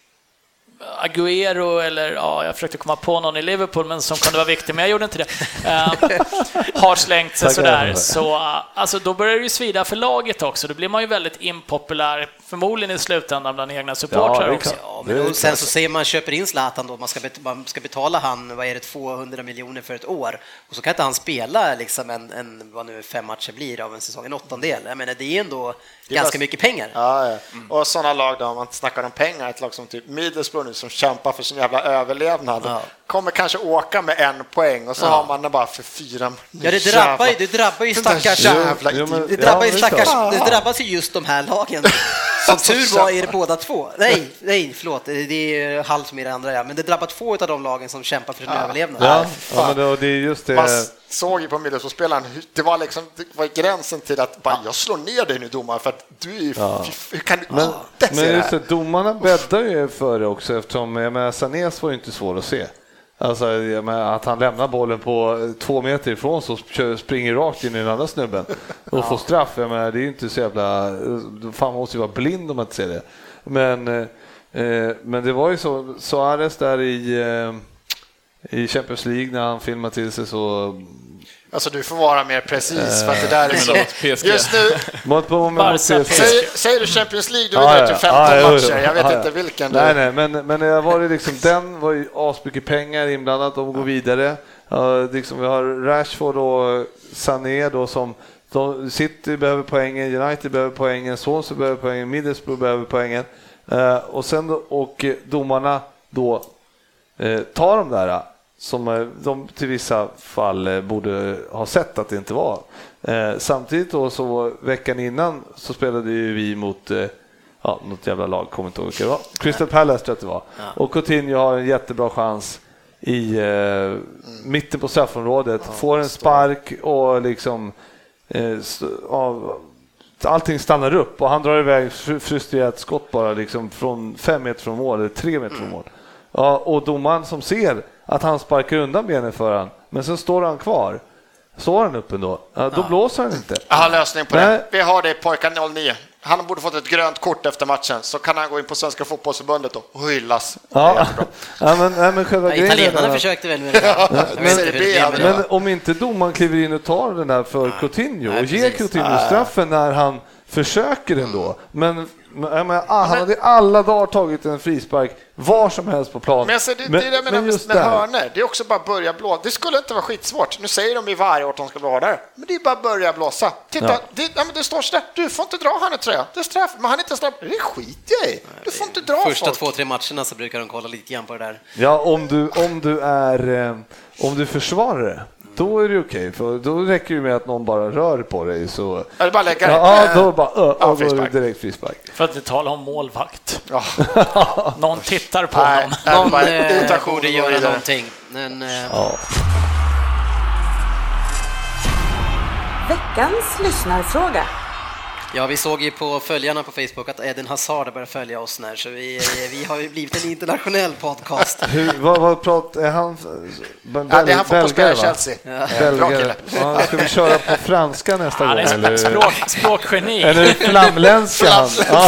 Agüero eller ja, jag försökte komma på någon i Liverpool men som kunde vara viktig, men jag gjorde inte det. Uh, har slängt sig
Tack,
sådär.
Anders.
Så uh, alltså då börjar det ju svida för laget också. Då blir man ju väldigt impopulär, förmodligen i slutändan bland egna supportrar
Ja, det
också.
kan-
Ja,
Det är
men och sen
klart.
så säger man köper in Zlatan då, man ska, bet- man ska betala han, vad är det, tvåhundra miljoner för ett år. Och så kan inte han spela liksom en, en vad nu fem matcher blir av en säsong, en åttondel. Jag menar, det är ändå
är
ganska
bara-
mycket pengar.
Ja, ja. Och sådana lag då, om man snackar om pengar, ett lag som typ Middlesbrough nu som kämpar för sin jävla överlevnad,
Ja.
kommer kanske åka med en poäng och så
Ja.
har man det bara för fyra.
Ja, det drabbar ju, det drabbar ju
Den där
stackars...
jävla
Jo, men-
Det drabbar ju
Ja, det är
stackars,
klart.
det drabbas ju just de här lagen. Som tur var är det båda två. Nej, nej, förlåt, det är halvt som i det andra, ja. Men det drabbar två av de lagen som kämpar för sin överlevnad.
Ja,
fan.
ja, men det, och det är just det.
Man såg ju på Middlesbrough-spelaren, hur- det var liksom, det var gränsen till att bara, jag slår ner dig nu domare för att du är ju, hur kan du
Men,
inte se
men
det
just
här?
det, domarna bäddar ju för det också, eftersom jag menar, Sanés var ju inte svår att se. Alltså, jag menar, att han lämnar bollen på två meter ifrån så kör- springer rakt in i den andra snubben och får straff. Jag menar, det är ju inte så jävla... Fan, man måste ju vara blind om man inte ser det. Men, eh, men det var ju så, Suarez där i, eh, i Champions League när han filmade till sig så...
Alltså du får vara mer precis för att det där är så...
P S G.
Just nu,
Mot på
Barca,
P S G.
säger, säger du Champions League, då
Ja,
vill
ja,
du till
ja,
femton
ja,
matcher, jag vet
ja, ja.
inte vilken
Nej,
du...
nej, men, men det var det liksom, den var ju asmycket pengar inblandat, de går vidare. Uh, liksom, vi har Rashford och Sané då som de, City behöver poängen, United behöver poängen, Swansea behöver poängen, Middlesbrough behöver poängen. Uh, och sen då, och domarna då uh, tar de där som uh, de till vissa fall uh, borde ha sett att det inte var. Uh, samtidigt då så veckan innan så spelade ju vi mot uh, ja, något jävla lag, kommer inte ihåg vilka det var. Crystal Palace tror jag att det var.
Ja.
Och Coutinho har en jättebra chans i eh, mitten på straffområdet,
Ja,
får en spark och liksom eh, st- av, allting stannar upp och han drar iväg fr- frustrerat skott bara liksom från fem meter från mål eller tre meter från mål. Ja, och domaren som ser att han sparkar undan benen för han, men sen står han kvar. Står han upp ändå? Ja, då blåser han inte.
Jag har lösning på
Nej.
det. Vi har det i pojkar noll nio. han borde fått ett grönt kort efter matchen, så kan han gå in på Svenska fotbollsförbundet och hyllas.
Ja, ja men, nej, men själva grejen
italienarna
är
försökte väl med det. Ja,
men, men om inte domaren kliver in och tar den där för Coutinho och ger Coutinho straffen när han försöker ändå, men jag menar, ah, han hade alla dagar tagit en frispark var som helst på plan.
Men alltså, det, men, det är det jag menar med, med hörnor. Det är också bara börja blåsa. Det skulle inte vara skitsvårt. Nu säger de i varje år att de ska vara där. Men det är bara börja blåsa. Titta, ja. det, ja, men det står så där. Du får inte dra hörnet, tror jag. Det är straff. Men han är inte straff. Det skiter jag i. Du får inte dra
Första
folk.
två, tre matcherna så brukar de kolla lite grann på det där.
Ja, om du, om du är eh, om du försvarar det, då är det okej, för då räcker det med att någon bara rör på dig så
är det bara lägga
ja, då bara ö,
ja,
och då är det direkt frispark.
För att inte tala om målvakt.
Ja.
Någon tittar på
Nej,
honom.
Någon eh, borde göra någonting. Men, eh...
ja.
Veckans lyssnarfråga.
Ja, vi såg ju på följarna på Facebook att Eden Hazard börjar följa oss när, så vi, vi har ju blivit en internationell podcast.
Hur, vad, vad pratar är han? Bel,
ja, det är han fotbollsspelare i Chelsea.
Ja. Belgare. Ja, ska vi köra på franska nästa
ja,
gång?
Han är
eller?
Språk, språkgeni.
Eller flamländska han? Ja.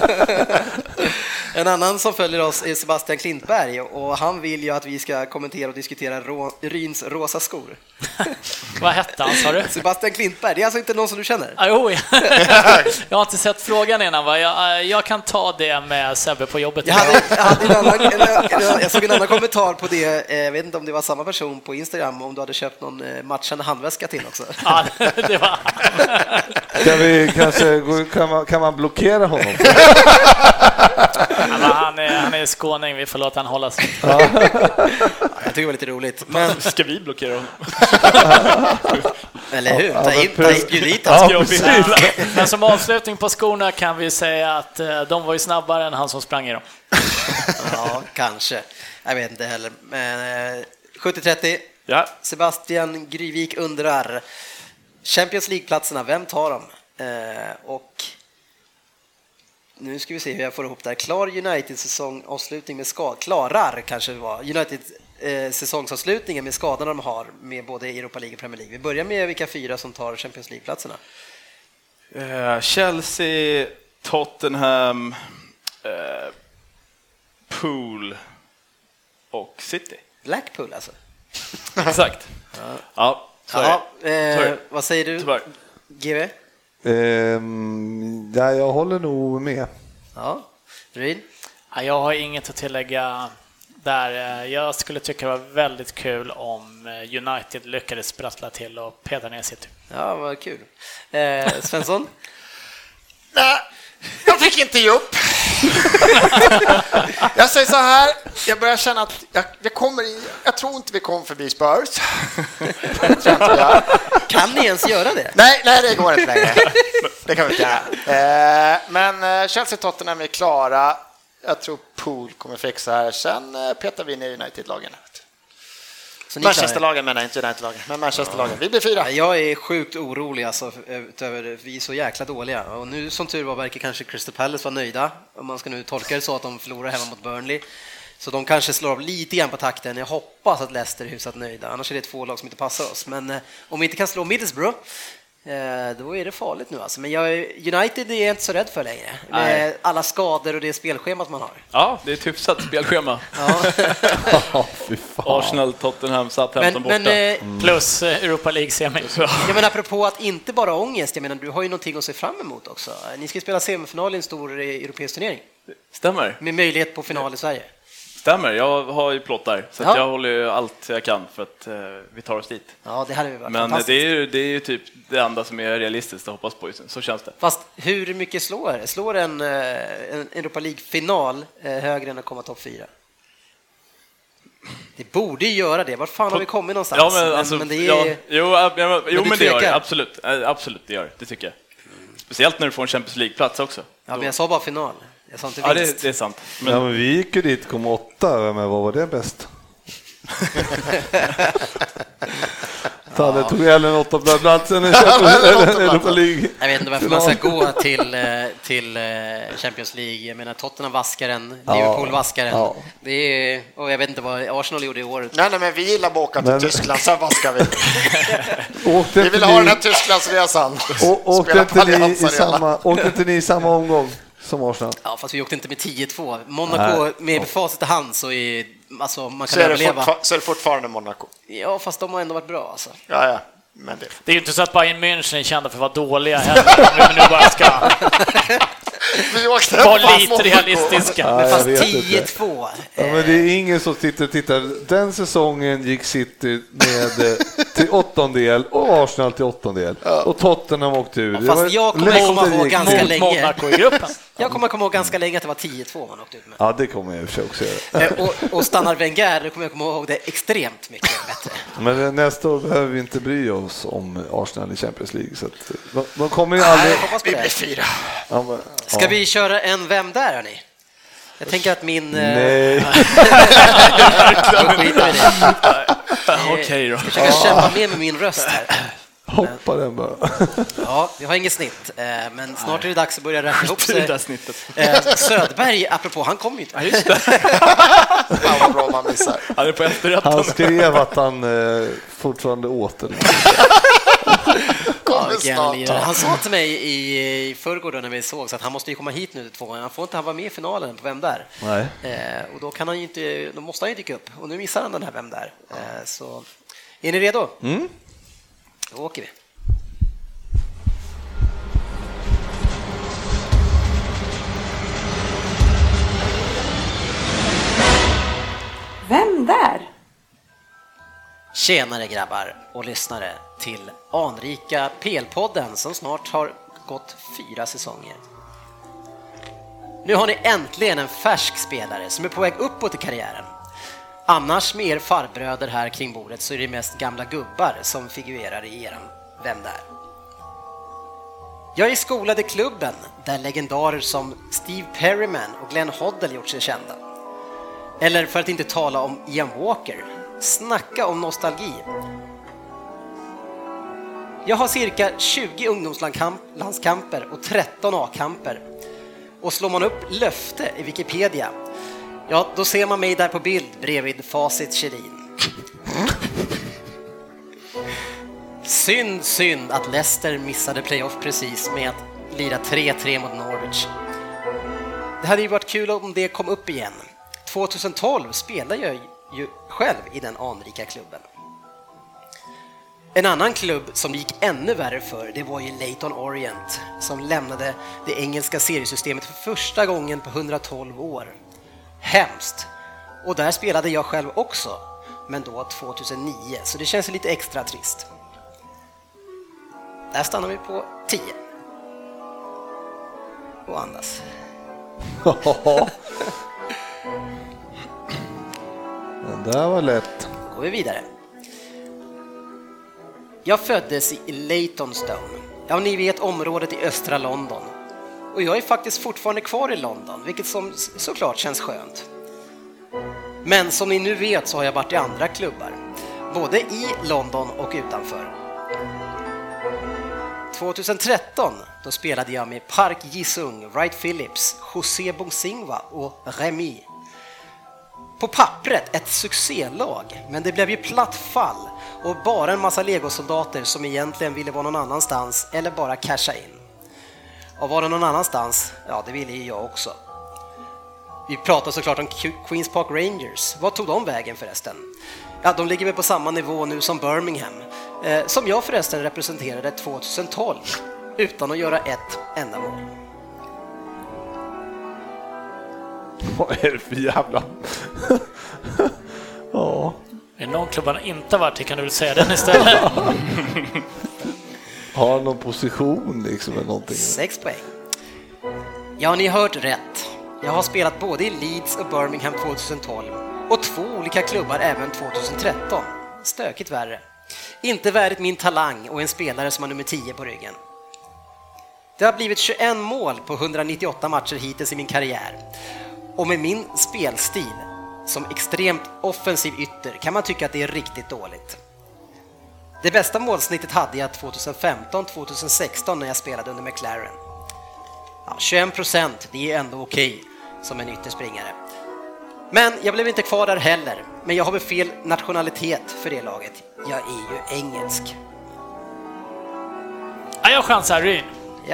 En annan som följer oss är Sebastian Klintberg och han vill ju att vi ska kommentera och diskutera rå, Ryns rosa skor.
Vad hette han, sa du?
Sebastian Klintberg, det är alltså inte någon som du känner?
Ah, jo, jag har inte sett frågan innan, va? Jag, jag kan ta det med Sebbe på jobbet.
Jag, hade, jag, hade en annan, eller, jag såg en annan kommentar på det, jag vet inte om det var samma person på Instagram, om du hade köpt någon matchande handväska till också.
Ja, det var
Kan, vi, kanske, kan, man, kan man blockera honom?
Ja, han, är, han är skåning, vi får låta han hålla sig.
Ja. Jag tycker det var lite roligt. Men...
Ska vi blockera honom?
Eller hur?
Ja,
ta in, ta in, bjud hit
ja,
ja, men som avslutning på skorna kan vi säga att de var ju snabbare än han som sprang i dem.
Ja, kanske. Jag vet inte heller. Men sjuttio trettio.
Ja.
Sebastian Gryvik undrar Champions League-platserna, vem tar dem? Eh, och nu ska vi se hur jag får ihop det här. Klar United-säsong avslutning med skad. Klarar kanske det var. United eh, säsongsavslutningen med skadorna de har med både Europa League och Premier League. Vi börjar med vilka fyra som tar Champions League-platserna.
Uh, Chelsea, Tottenham, uh, Pool och City.
Blackpool alltså.
Exakt.
Ja,
ja,
ja eh, vad säger du?
Tyvärr.
G V?
Um, ja, jag håller nog med.
Ja, Ryn?
Ja, jag har inget att tillägga där. Jag skulle tycka det var väldigt kul om United lyckades sprattla till och peta ner City.
Ja, vad kul. Eh, Svensson?
Nej, jag fick inte ge upp. Jag säger så här, jag börjar känna att jag, jag kommer in, jag tror inte vi kommer förbi Spurs.
Kan ni ens göra det?
Nej, nej, det går inte längre. Det kan vi inte göra. Eh, men Chelsea Tottenham är klara. Jag tror Pool kommer fixa här. Sen petar vi ner United-lagen. Manchester-lagen menar inte United-lagen, men Manchester-lagen. Vi blir fyra.
Jag är sjukt orolig alltså, utöver vi är så jäkla dåliga. Och nu som tur var verkar kanske Crystal Palace vara nöjda. Om man ska nu tolka det så att de förlorar hemma mot Burnley. Så de kanske slår av lite grann på takten. Jag hoppas att Leicester är hyfsat nöjda. Annars är det två lag som inte passar oss. Men eh, om vi inte kan slå Middlesbrough, eh, då är det farligt nu alltså. Men jag, United är jag inte så rädd för längre. Med Nej. alla skador och det spelschemat man har.
Ja, det är ett hyfsat spelschema.
Ja.
Arsenal, Tottenham, Southampton borta.
Men, eh, plus Europa League-semi.
Jag menar apropå att inte bara ångest, jag menar du har ju någonting att se fram emot också. Ni ska spela semifinal i en stor europeisk turnering.
Stämmer.
Med möjlighet på final i Sverige.
Stämmer, jag har ju plåtar så
ja.
jag håller ju allt jag kan för att eh, vi tar oss dit.
Ja, det hade vi varit
Men
fantastiskt.
det är, ju, det är ju typ det enda som är realistiskt att hoppas på, så känns det.
Fast hur mycket slår slår en, en Europa League-final högre än att komma topp fyra? Det borde ju göra det. Var fan på, har vi kommit någonstans?
Ja, men, alltså, men det är... ja, jo, ja, men, jo, men det gör det. Absolut, absolut det gör det, det tycker jag. Speciellt när du får en Champions League-plats också.
Ja, men jag sa bara final. Jag sa inte
ja, det, det är sant.
Men... Ja, men vi gick ju dit, kom åtta, men vad var det bäst? Han ja. tog Ellen åttonde platsen i Europa League.
Jag vet inte varför man ska gå till, till Champions League. Jag menar Tottenham vaskar den, Liverpool ja. vaskar den. Ja. Det är, och jag vet inte vad Arsenal gjorde i år.
Nej, nej men vi gillar att åka till men... Tyskland, sen vaskar vi.
vi
vill ha den här Tysklandsresan.
Åkte inte ni i samma, åkte inte ni i samma omgång som Arsenal?
Ja, fast vi åkte inte med tio två. Monaco nej. med facit i hand så är alltså, man kan
så är
överleva.
Fortfar- så är det fortfarande Monaco.
Ja, fast de har ändå varit bra alltså.
Ja, ja. Men det...
det är ju inte så att Bayern München är kända för att vara dåliga heller. Men nu bara ska vara lite realistiska.
Ja,
men fast tio två.
Ja, men det är ingen som tittar tittar. Den säsongen gick City med till åttondel och Arsenal till åttondel. Ja. Och Tottenham åkte ur.
Ja, fast jag kommer komma ihåg ganska länge.
Monaco i gruppen.
Jag kommer komma ihåg ganska länge att det var tio två man åkte ut med.
Ja, det kommer jag också göra.
och, och stannar Wenger, då kommer jag komma ihåg det extremt mycket bättre.
Men nästa år behöver vi inte bry oss om Arsenal i Champions League. Så att de, de kommer ju aldrig...
Nej,
vi blir fyra.
Ja, men,
Ska ja. vi köra en Vem där, hörni? Jag tänker att min...
Nej.
Okej då.
Jag försöker kämpa med med min röst här.
Hoppa den bara.
Ja, vi har inget snitt, men snart är det dags att börja räkna ihop sig.
Det där snittet.
Söderberg, apropå, han kom ju inte.
Ja, vad bra man missar.
Han är på efterrätten.
Han skrev att han eh, fortfarande åt den.
Ja, han sa till mig i, i förrgår när vi såg så att han måste ju komma hit nu två gånger. Han får inte han vara med i finalen på Vem där?
Nej.
Eh, och då kan han ju inte, då måste han ju dyka upp. Och nu missar han den här Vem där? Eh, så är ni redo?
Mm.
Då åker vi.
Vem där?
Tjenare grabbar och lyssnare till anrika P L-podden som snart har gått fyra säsonger. Nu har ni äntligen en färsk spelare som är på väg uppåt i karriären. Annars med er farbröder här kring bordet så är det mest gamla gubbar som figurerar i eran Vem där? Jag är skolad i klubben där legendarer som Steve Perryman och Glenn Hoddle gjort sig kända. Eller för att inte tala om Ian Walker. Snacka om nostalgi. Jag har cirka tjugo ungdomslandskamper och tretton A-kamper. Och slår man upp löfte i Wikipedia, ja, då ser man mig där på bild bredvid Facit Kjellin. Synd, synd att Leicester missade playoff precis med att lira tre tre mot Norwich. Det hade ju varit kul om det kom upp igen. tjugohundratolv spelade jag ju själv i den anrika klubben. En annan klubb som gick ännu värre för, det var ju Leyton Orient som lämnade det engelska seriesystemet för första gången på hundratolv år. Hemskt. Och där spelade jag själv också, men då tjugohundranio, så det känns lite extra trist. Där stannar vi på tio. Och andas.
Det där var lätt.
Då går vi vidare. Jag föddes i Leytonstone. Ja, ni vet området i östra London. Och jag är faktiskt fortfarande kvar i London, vilket som såklart känns skönt. Men som ni nu vet så har jag varit i andra klubbar, både i London och utanför. tjugotretton då spelade jag med Park Ji-sung, Wright Phillips, José Bonsingwa och Remy. På pappret ett succélag, men det blev ju platt fall och bara en massa legosoldater som egentligen ville vara någon annanstans eller bara casha in. Och vara någon annanstans, ja det ville ju jag också. Vi pratar såklart om Queens Park Rangers. Vad tog de vägen förresten? Ja, de ligger väl på samma nivå nu som Birmingham, eh, som jag förresten representerade tjugotolv utan att göra ett enda mål.
Vad är det för jävla... Ja.
Är det någon klubban inte varit i kan du väl säga den istället?
Har någon position liksom eller någonting?
Sex poäng. Ja, ni har hört rätt. Jag har spelat både i Leeds och Birmingham tjugotolv och två olika klubbar även tjugotretton. Stökigt värre. Inte värdigt min talang och en spelare som har nummer tio på ryggen. Det har blivit tjugoett mål på hundranittioåtta matcher hittills i min karriär. Och med min spelstil som extremt offensiv ytter kan man tycka att det är riktigt dåligt. Det bästa målsnittet hade jag tjugohundrafemton tjugohundrasexton när jag spelade under McLaren. Ja, tjugoen procent, det är ändå okej som en ytterspringare. Men jag blev inte kvar där heller. Men jag har väl fel nationalitet för det laget. Jag är ju engelsk.
Ja, jag chansar Ryn.
Ja.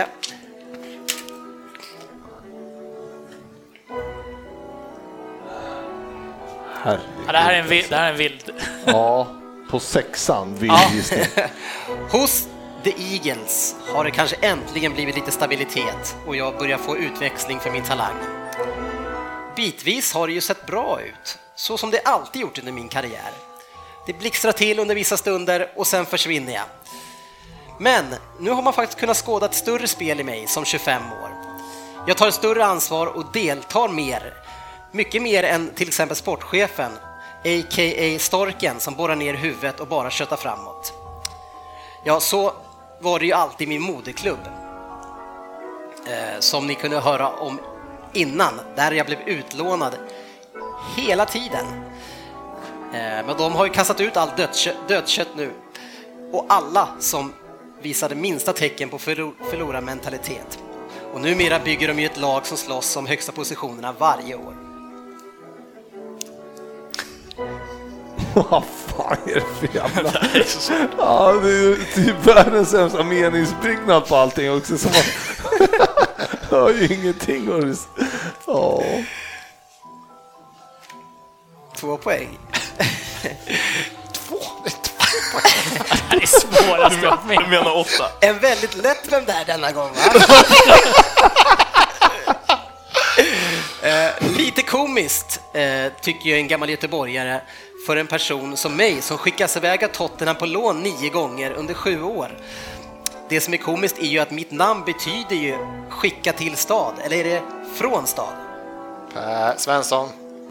Herregud.
Ja, det här är en vild. Det här är en vild.
Ja, på sexan vill
Ja.
gissning.
Hos The Eagles har det kanske äntligen blivit lite stabilitet och jag börjar få utväxling för min talang. Bitvis har det ju sett bra ut, så som det alltid gjort under min karriär. Det blixtrar till under vissa stunder och sen försvinner jag. Men nu har man faktiskt kunnat skåda ett större spel i mig som tjugofem år. Jag tar ett större ansvar och deltar mer. Mycket mer än till exempel sportchefen, a k a. Storken, som borrar ner huvudet och bara köttar framåt. Ja, så var det ju alltid min moderklubb. Eh, som ni kunde höra om innan, där jag blev utlånad hela tiden. Eh, men de har ju kastat ut allt dödskött, dödskött nu. Och alla som visade minsta tecken på förlor, förlorarmentalitet. Och numera bygger de ju ett lag som slåss om högsta positionerna varje år.
Vad fan är det för jävla... Ja, det är ju typ världens sämsta meningsbyggnad på allting också. Som man... Jag har ju ingenting att... Ja.
Två poäng.
Två?
Det är svårast jag
Du menar åtta?
En väldigt lätt vem där denna gång, va? eh, lite komiskt eh, tycker jag en gammal göteborgare för en person som mig som skickas iväg av Tottenham på lån nio gånger under sju år. Det som är komiskt är ju att mitt namn betyder ju skicka till stad, eller är det från stad?
Eh, Svensson.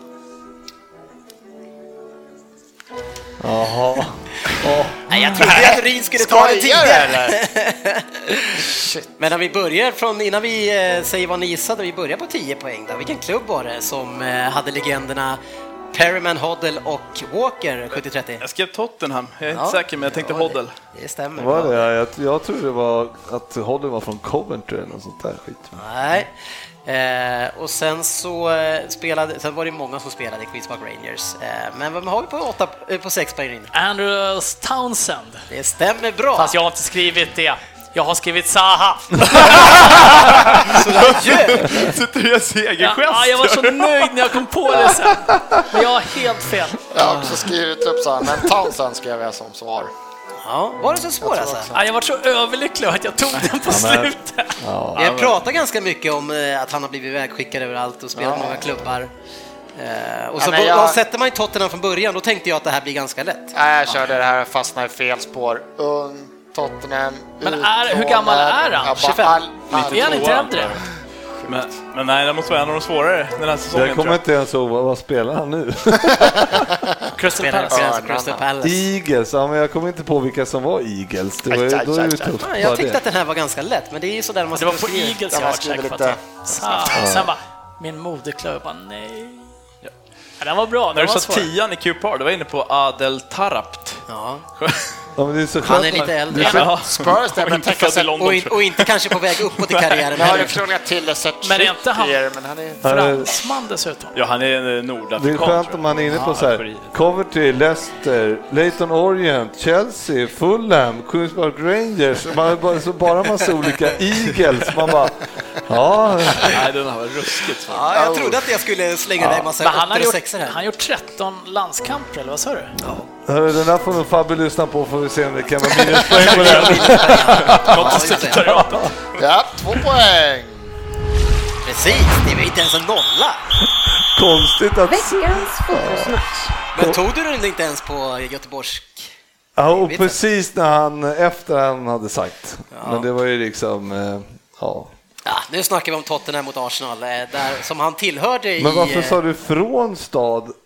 Jaha. Oh.
Nej, jag trodde att Ryn skulle ta det tidigare.
eller? Shit.
Men när vi börjar från, innan vi eh, säger vad ni gissade, vi börjar på tio poäng då. Vilken klubb var det som eh, hade legenderna Perryman, Hoddle och Walker sjuttio trettio?
Jag skrev Tottenham, jag är inte
Ja.
säker, men jag tänkte
Ja,
Hoddle.
Det, det stämmer.
Var
bra.
det? Jag, jag tror det var att Hodden var från Coventry eller något sånt där skit.
Nej. Eh, och sen så eh, spelade, sen var det många som spelade i Queens Park Rangers. Eh, men vad har vi på åtta, eh, på sex poäng in?
Andrews Townsend.
Det stämmer bra.
Fast jag har inte skrivit det. Jag har skrivit Zaha.
Så där gör.
Sitter du i segergest?
Ja, jag var så nöjd när jag kom på det sen. Men jag har helt fel.
Jag har också skrivit upp så här, men Townsend skrev jag som svar.
Ja, var det så svårt alltså?
Ja, jag var så överlycklig att jag tog den på slutet.
Ja.
Jag pratar ganska mycket om eh, att han har blivit vägskickad överallt och spelat
Ja.
många klubbar. Eh, och så
Ja, men jag-
och sätter man i Tottenham från början, då tänkte jag att det här blir ganska lätt.
Nej, jag körde det här och fastnade i fel spår. Ung, Tottenham,
Men är- hur gammal är han?
tjugofem.
Är han inte äldre?
Men, men nej, det måste vara en av de svårare den här säsongen.
Jag kommer inte ens ihåg, vad, vad spelar han nu?
Crystal
Spelar
Palace.
Crystal Crystal Palace.
Eagles, ja, men jag kommer inte på vilka som var Eagles. Det var, ju-
Aj, aj,
då är
aj,
det
aj.
tufft.
Ja, jag
bara
tyckte
det.
att den här var ganska lätt, men det är ju sådär man
Det var på
skriva.
Eagles
Ja,
jag
man
var
skriver
säker på
lite
att Zaha. Sen bara, min moderklubb bara, nej. Ja, den var bra,
När
den
du
var
sa
svår.
tian i Q-par, du var inne på Adel Tarapt.
Ja.
Ja, men det är så
Han är
skönt.
lite äldre.
Det är så-
Ja.
Spurs, det
Och
men
inte
tänka
född i
sig...
London.
Och, in, och inte kanske på väg uppåt i karriären
Nu har
heller.
jag krånglat till det sett
Men är inte han-
men han är...
Fransman dessutom.
Ja, han är en
Det är
nordafrikan.
skönt om man är inne på så här Coventry, Leicester, Leyton Orient, Chelsea, Fulham, Queens Park Rangers. Man bara, så bara massa olika Eagles. Man bara, ja,
Nej, den här var ruskigt svår.
Ja, jag trodde att jag skulle slänga iväg en massa
Men han har
åttor och
gjort,
sexor här.
han har gjort tretton landskamper, eller vad sa du?
hörru, den där får nog Fabbe lyssna på, får vi se om det kan vara minuspoäng på den.
Ja, just det.
Ja, två poäng!
Precis, det var inte ens en nolla.
Konstigt att...
Veckans fotbollsmatch.
Men tog du den inte ens på göteborgsk?
Ja, och precis när han, efter han hade sagt.
Ja.
Men det var ju liksom, eh, ja.
Ja, nu snackar vi om Tottenham mot Arsenal, eh, där, som han tillhörde i...
Men varför
eh,
sa du från stad?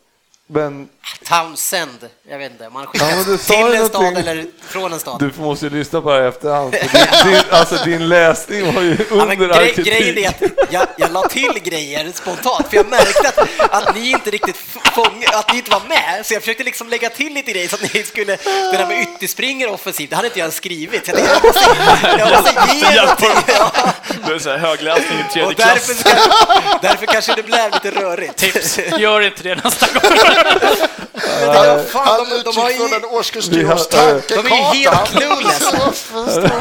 Men
Townsend, jag vet inte, man skickar
ja,
till en stad eller från en stad.
Du måste ju lyssna på det här efterhand. Din, din, alltså din läsning var ju under
ja,
all
grej,
kritik.
Grejen är att jag, jag la till grejer spontant, för jag märkte att, att ni inte riktigt fång, att ni inte var med, så jag försökte liksom lägga till lite grejer så att ni skulle, det där med ytterspringer offensivt, det hade inte jag skrivit. Så jag tänkte, jag måste, jag måste ge någonting. Ja.
Du är så här högläsning i tredje
Och därför,
klass.
ska, därför kanske det blev lite rörigt.
Tips, gör inte det nästa gång.
Men det, fan,
Han
de, de, har ju,
från en årskurs
Vi har-
tanke.
de är ju helt clueless.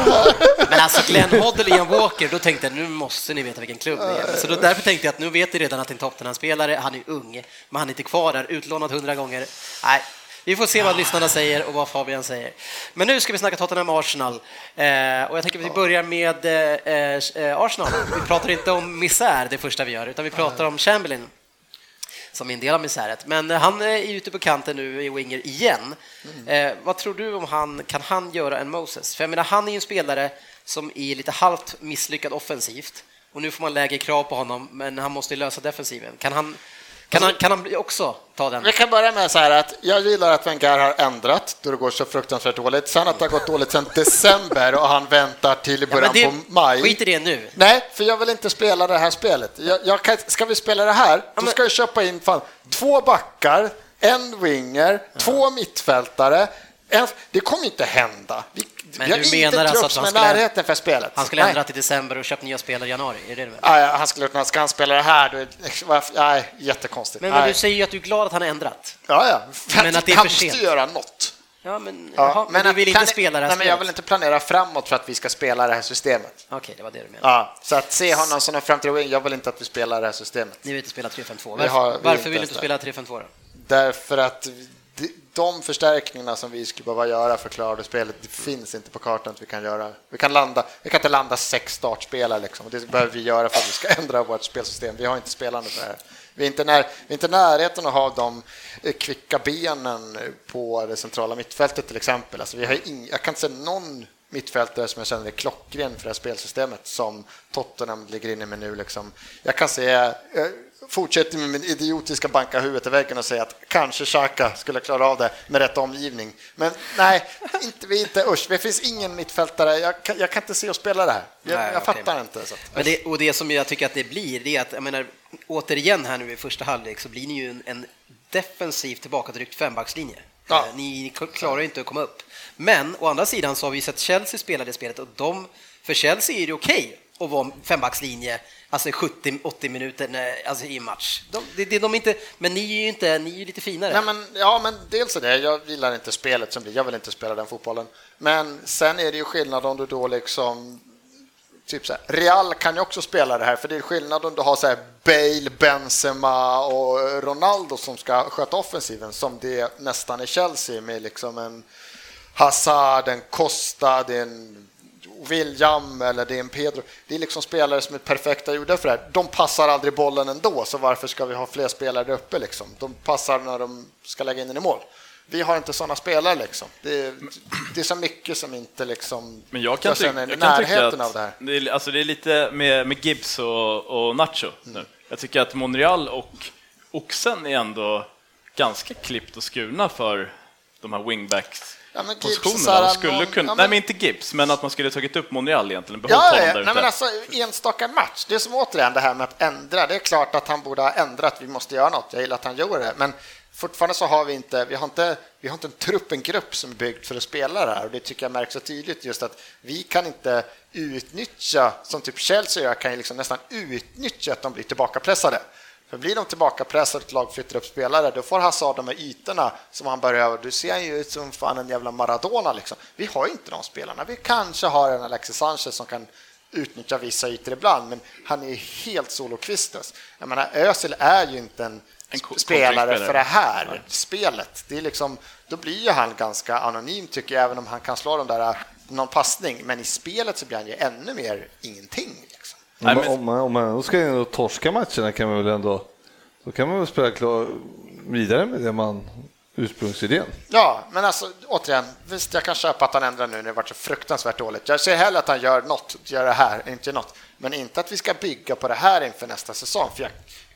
Men alltså Glenn Hoddle och Ian Walker, då tänkte jag nu måste ni veta vilken klubb det är. Så då, därför tänkte jag att nu vet ni redan att det är en Tottenham-spelare. Han är ung, men han är inte kvar där, utlånad hundra gånger. Nej, vi får se vad lyssnarna säger och vad Fabian säger. Men nu ska vi snacka Tottenham-Arsenal. Eh, och jag tänker att vi börjar med eh, eh, Arsenal. Vi pratar inte om misär det första vi gör, utan vi pratar om Chamberlain som är en del av misäret. Men han är ute på kanten nu i winger igen. Mm. Eh, vad tror du om han, kan han göra en Moses? För jag menar, han är ju en spelare som är lite halvt misslyckad offensivt. Och nu får man lägre krav på honom, men han måste lösa defensiven. Kan han, kan han, kan han också ta den?
Vi kan börja med så här att jag gillar att Wenger har ändrat då det går så fruktansvärt dåligt. Sen att det har gått dåligt sedan december och han väntar till i början
ja, det,
på maj.
Skit i det nu.
Nej, för jag vill inte spela det här spelet. Jag, jag kan, ska vi spela det här,
ja,
då ska jag köpa in fan, två backar, en winger, ja. två mittfältare. En, det kommer inte hända. Vi,
Men
vi har
du
inte
menar alltså att
som
han
är
skulle,
närheten för spelet.
Han skulle ändra till december och köpa nya spelare i januari, är det det?
Ja, ja, han skulle när ska han spela det här då, nej, jättekonstigt.
Men, men
nej.
du säger ju att du är glad att han har ändrat.
Ja, ja.
Men att det är
han
för sent.
måste göra något.
Ja, men,
Ja,
jaha, men du vill inte
plan-
spela det här
nej, men jag
spelet.
vill inte planera framåt för att vi ska spela det här systemet.
Okej, det var det du menade.
Ja, så att se honom som en framtida wing, jag vill inte att vi spelar det här systemet.
Ni vill inte spela tre fem två.
Vi
Varför,
har- vi
varför
inte
vill du
ens
inte
det.
spela tre fem två då?
Därför att de, de förstärkningarna som vi skulle behöva göra för att klara det spelet, det finns inte på kartan att vi kan göra. Vi kan landa, vi kan inte landa sex startspelare liksom, och det behöver vi göra för att vi ska ändra vårt spelsystem. Vi har inte spelande för det här. Vi är inte, när, vi är inte närheten att ha de kvicka benen på det centrala mittfältet till exempel. Alltså vi har ing, jag kan inte se någon mittfältare som jag känner är klockren för det här spelsystemet som Tottenham ligger inne med nu. Liksom. Jag kan se, jag fortsätter med min idiotiska banka huvudet i väggen och säga att kanske Xhaka skulle klara av det med rätt omgivning. Men nej, inte, vi inte usch. Det finns ingen mittfältare. Jag kan, jag kan inte se och spela det här. Jag,
Nej,
jag
okej.
fattar inte. Så.
Men det, och det som jag tycker att det blir, det är att, jag menar, återigen här nu i första halvlek så blir ni ju en, en defensiv tillbakatryckt fembackslinje.
Ja.
Eh, Ni klarar ju inte att komma upp. Men å andra sidan så har vi sett Chelsea spela det spelet och de, för Chelsea är det okej att vara fembackslinje alltså sjuttio åttio minuter när, alltså i match. De, det, det, de inte, men ni är ju inte, ni är ju lite finare.
Nej, men, ja, men dels är det. Jag gillar inte spelet som blir. Jag vill inte spela den fotbollen. Men sen är det ju skillnad om du då liksom typ så här, Real kan ju också spela det här, för det är skillnad om du har så här Bale, Benzema och Ronaldo som ska sköta offensiven, som det nästan är Chelsea med liksom en Hazard, en Costa, det är en William eller det är en Pedro. Det är liksom spelare som är perfekta gjorda för det här. De passar aldrig bollen ändå, så varför ska vi ha fler spelare där uppe liksom? De passar när de ska lägga in den i mål. Vi har inte sådana spelare liksom. Det är, det är så mycket som inte liksom.
Men jag kan, tyck,
känner
jag
i
kan tycka
närheten
att
av det här.
det är, alltså det är lite med, med Gibbs och, och Nacho nu. Jag tycker att Monreal och Oxen är ändå ganska klippt och skurna för de här wingbacks.
Ja, men Gibbs,
positionerna.
så här,
De skulle
någon-
kunna,
ja, men-
nej, men inte Gibbs, men att man skulle tagit upp Monreal egentligen. Behållit
Ja,
honom
ja,
där
nej,
ute.
men alltså enstaka match. Det är som återigen det här med att ändra. Det är klart att han borde ha ändrat. Vi måste göra något. Jag gillar att han gjorde det, men fortfarande så har vi inte, vi har inte, vi har inte en trupp, en grupp som är byggd för att spela det här, och det tycker jag märks så tydligt, just att vi kan inte utnyttja, som typ Chelsea gör, kan ju liksom nästan utnyttja att de blir tillbakapressade. För blir de tillbakapressade, ett lag flyttar upp spelare, då får Hazard de här ytorna som han börjar över. Du ser ju ut som fan en jävla Maradona liksom. Vi har ju inte de spelarna. Vi kanske har en Alexis Sanchez som kan utnyttja vissa ytor ibland, men han är helt solokvistes. Jag menar, Özil är ju inte en,
En ko-
spelare
kontringsspelare.
för det här Nej. spelet. Det är liksom, då blir ju han ganska anonym tycker jag, även om han kan slå de där någon passning, men i spelet så blir han ju ännu mer ingenting liksom.
Nej,
Om,
men-
om, man, om man då ska ändå torska matcherna kan man väl ändå, då kan man väl spela klar, vidare med det man ursprungsidén.
Ja, men alltså återigen, visst jag kan köpa att han ändrar nu när det varit så fruktansvärt dåligt. Jag ser hellre att han gör något, gör det här, inte något. Men inte att vi ska bygga på det här inför nästa säsong. För jag,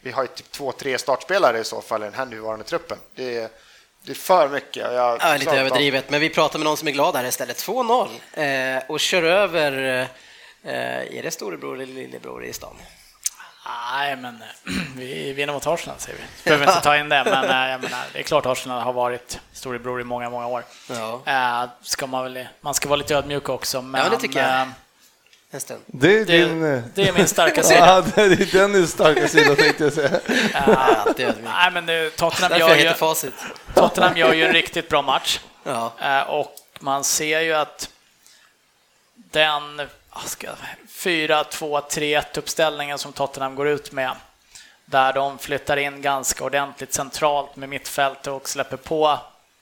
vi har ju typ två, tre startspelare i så fall i den här nuvarande truppen. Det är, det är för mycket. Jag,
ja, lite överdrivet, men vi pratar med någon som är glad här istället. två noll eh, och kör över, eh, är det storebror eller lillebror i stan?
Nej, men vi vinner mot Arsenal, säger vi. Behöver inte ta in det, men jag menar, det är klart Arsenal har varit storebror i många, många år.
Ja.
Eh, ska man, väl, man ska vara lite ödmjuk också, men...
Ja, det tycker jag.
Eh,
Det är,
det,
din,
det är min starka sida.
Ja, det är den starka sida, tänkte jag säga.
Ja, nej, men det, Tottenham, gör ju, Tottenham gör ju en riktigt bra match.
Ja.
Eh, och man ser ju att den fyra två tre ett uppställningen som Tottenham går ut med, där de flyttar in ganska ordentligt centralt med mittfält och släpper på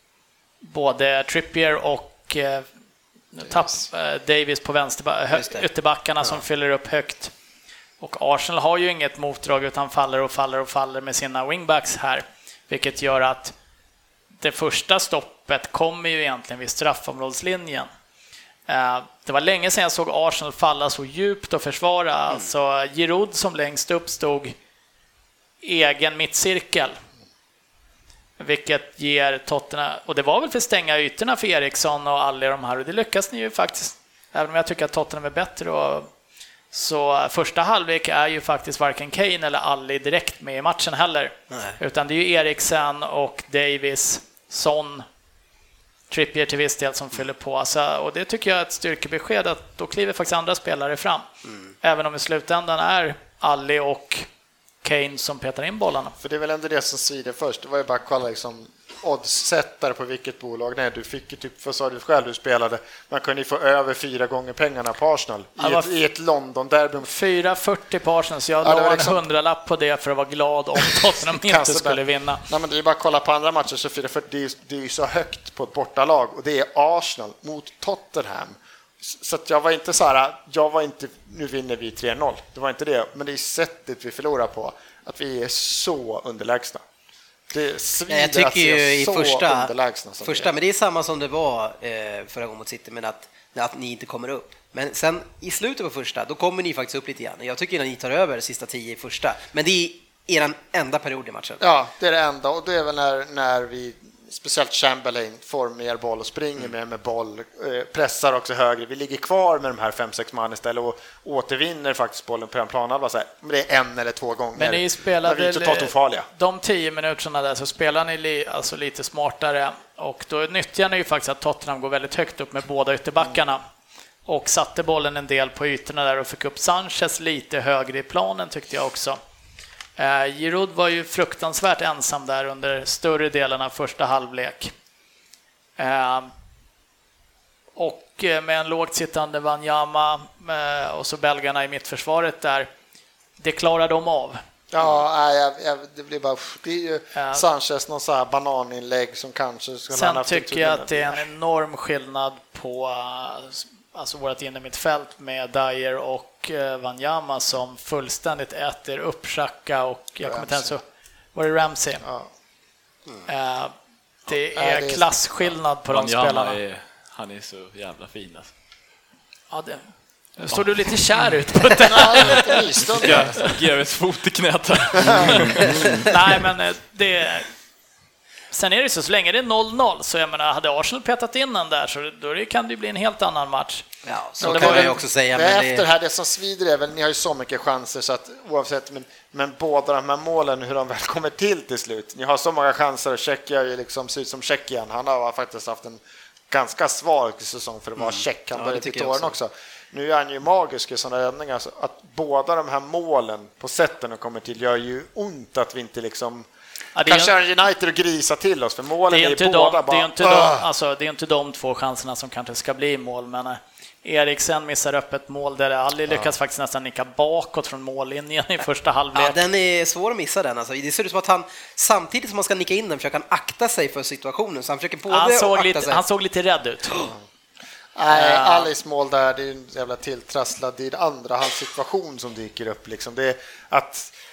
både Trippier och eh, tapp, eh, Davis på vänster, ytterbackarna ja. som fyller upp högt. Och Arsenal har ju inget motdrag utan faller och faller och faller med sina wingbacks här, vilket gör att det första stoppet kommer ju egentligen vid straffområdeslinjen. Det var länge sedan jag såg Arsenal falla så djupt och försvara. Mm. Alltså Giroud som längst upp stod egen mittcirkel, vilket ger Tottenham, och det var väl för att stänga ytorna för Eriksson och alla de här, och det lyckas ni ju faktiskt, även om jag tycker att Tottenham är bättre. Och så första halvlek är ju faktiskt varken Kane eller Alli direkt med i matchen heller. Nej. Utan det är ju Eriksen och Davis, Son, Trippier till viss del som fyller på. Alltså, och det tycker jag är ett styrkebesked, att då kliver faktiskt andra spelare fram. Mm. Även om i slutändan är Alli och Kane som petar in bollarna.
För det är väl ändå det som svider först. Det var ju bara att kolla liksom oddsättare på vilket bolag. Nej, du fick ju typ, för sa du själv du spelade, man kunde ju få över fyra gånger pengarna på Arsenal i ett, i ett London-derby.
fyra fyrtio på Arsenal, så jag ja, la liksom en hundralapp på det för att vara glad om Tottenham inte skulle vinna.
Nej, men det är bara att kolla på andra matcher, så fyra fyrtio, det är, det är ju så högt på ett bortalag, och det är Arsenal mot Tottenham. Så att jag var inte så här, jag var inte, nu vinner vi tre noll. Det var inte det, men det är sättet vi förlorar på, att vi är så underlägsna. Det svider.
Jag tycker ju i första, första
det
men det är samma som det var eh, förra gången mot City, men att, att ni inte kommer upp. Men sen i slutet på första, då kommer ni faktiskt upp lite grann. Jag tycker att ni tar över sista tio i första, men det är er enda period i matchen.
Ja, det är det enda, och det är väl när, när vi, speciellt Chamberlain, får mer boll och springer mm. mer med boll, eh, pressar också högre. Vi ligger kvar med de här fem sex man istället och återvinner faktiskt bollen på en planhalva. Men det är en eller två gånger.
Men ni spelade
vi är totalt ofarliga.
De tio minuterna där så spelar ni li, alltså lite smartare, och då nyttjar ni ju faktiskt att Tottenham går väldigt högt upp med båda ytterbackarna mm. och satte bollen en del på ytorna där och fick upp Sanchez lite högre i planen, tyckte jag också. Eh, Giroud var ju fruktansvärt ensam där under större delen av första halvlek. Eh, och med en lågt sittande Wanyama eh, och så belgarna i mittförsvaret där, det klarar de av.
Ja, jag, jag, det blir bara, det är ju eh, Sanchez någon så här bananinlägg som kanske skulle
sen ha tycker jag att det är en enorm skillnad på alltså vårt innermittfält med Dyer och eh, Wanyama som fullständigt äter upp Xhaka och jag kommer inte ens så var det Ramsey. Ja. Mm. Eh, det är, ja, det är klasskillnad på
Wanyama
de spelarna.
Är, han är så jävla fin alltså.
Ja, det. Nu står du lite kär ut på det.
Ger ett fot i knät.
Nej, men det sen är det så, så länge det är noll noll, så jag menar, hade Arsenal petat in den där, så då kan det bli en helt annan match.
Ja, så det kan jag också säga.
Men efter det här, det som svider är väl, ni har ju så mycket chanser så att oavsett, men, men båda de här målen, hur de väl kommer till till slut. Ni har så många chanser, och Tjeckien ju liksom ser ut som Tjeckien. Han har faktiskt haft en ganska svag säsong för att vara mm. tjeck. Han började ja, i tåren också. Nu är han ju magisk i sådana räddningar, så att båda de här målen på sätten de kommer till gör ju ont att vi inte liksom ja, kanske är United och grisa till oss, för målen är, är inte båda
de,
bara...
Det är inte, de, alltså, det är inte de två chanserna som kanske ska bli mål, men äh, Eriksen missar upp ett mål där Alli lyckas ja. faktiskt nästan nicka bakåt från mållinjen i första halvlek.
Ja, den är svår att missa den. Alltså, det ser ut som att han, samtidigt som man ska nicka in den, försöker han akta sig för situationen. Så han försöker både
han såg
akta
lite,
sig.
Han såg lite rädd ut.
Nej, Alice mål där, det är en jävla tilltrasslad, det är en andra hans situation som dyker upp liksom. Det är att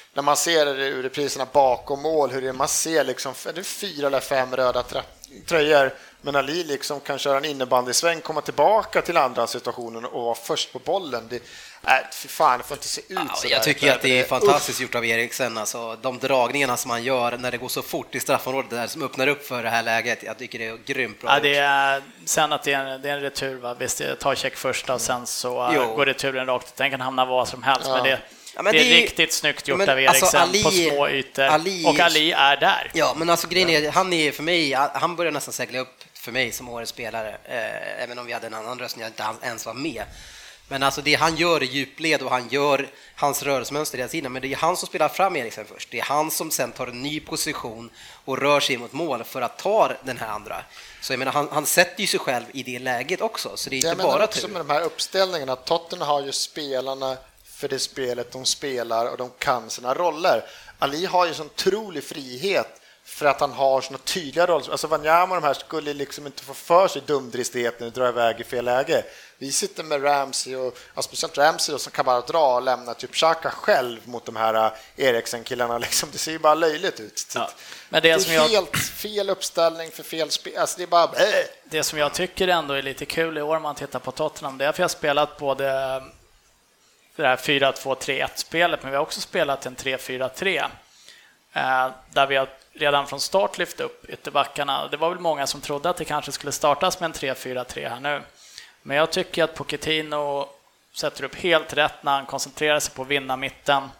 när man ser det ur repriserna bakom mål, hur det är, man ser liksom, är det fyra eller fem röda tröjor, men Ali liksom kan köra en innebandysväng, komma tillbaka till andra situationen och vara först på bollen. Det, äh, för fan, det får inte se ut
ja,
så
jag
där.
tycker att det är fantastiskt
Uff.
gjort av Eriksen. Alltså, de dragningarna som man gör när det går så fort i straffområdet där som öppnar upp för det här läget, jag tycker det är grymt bra.
Ja, det är, sen att det är en, det är en retur, va? Visst, det tar check första och sen så
jo.
går returen rakt. Den kan hamna vad som helst,
ja.
men det
Ja, men
det är
det är,
riktigt snyggt gjort
men
av Eriksen
alltså, Ali,
på små ytor.
Ali,
och Ali är där.
Ja, men alltså grejen är, han är för mig, han börjar nästan segla upp för mig som årets spelare, eh, även om vi hade en annan röstning, jag inte ens var med. Men alltså det han gör i djupled och han gör hans rörelsemönster hela tiden, men det är han som spelar fram Eriksen först. Det är han som sen tar en ny position och rör sig mot mål för att ta den här andra. Så jag menar, han, han sätter ju sig själv i det läget också, så det är inte
jag
bara
också
tur.
Med de här uppställningarna, Tottenham har ju spelarna för det spelet de spelar och de kan sina roller. Ali har ju sån otrolig frihet för att han har såna tydliga roller. Alltså Wanyama och de här skulle liksom inte få för sig dumdristigheten och dra iväg i fel läge. Vi sitter med Ramsey och ja, speciellt Ramsey då, som kan bara dra och lämna typ Xhaka själv mot de här Eriksen-killarna. Liksom, det ser ju bara löjligt ut.
Ja. Men det,
det är
som jag...
helt fel uppställning för fel spel. Alltså det är bara... Äh.
Det som jag tycker ändå är lite kul i år om man tittar på Tottenham, det är för jag har spelat både det här fyra två tre ett-spelet, men vi har också spelat en tre fyra tre där vi har redan från start lyft upp ytterbackarna. Det var väl många som trodde att det kanske skulle startas med en tre fyra tre här nu. Men jag tycker att Pochettino sätter upp helt rätt när han koncentrerar sig på att vinna mitten.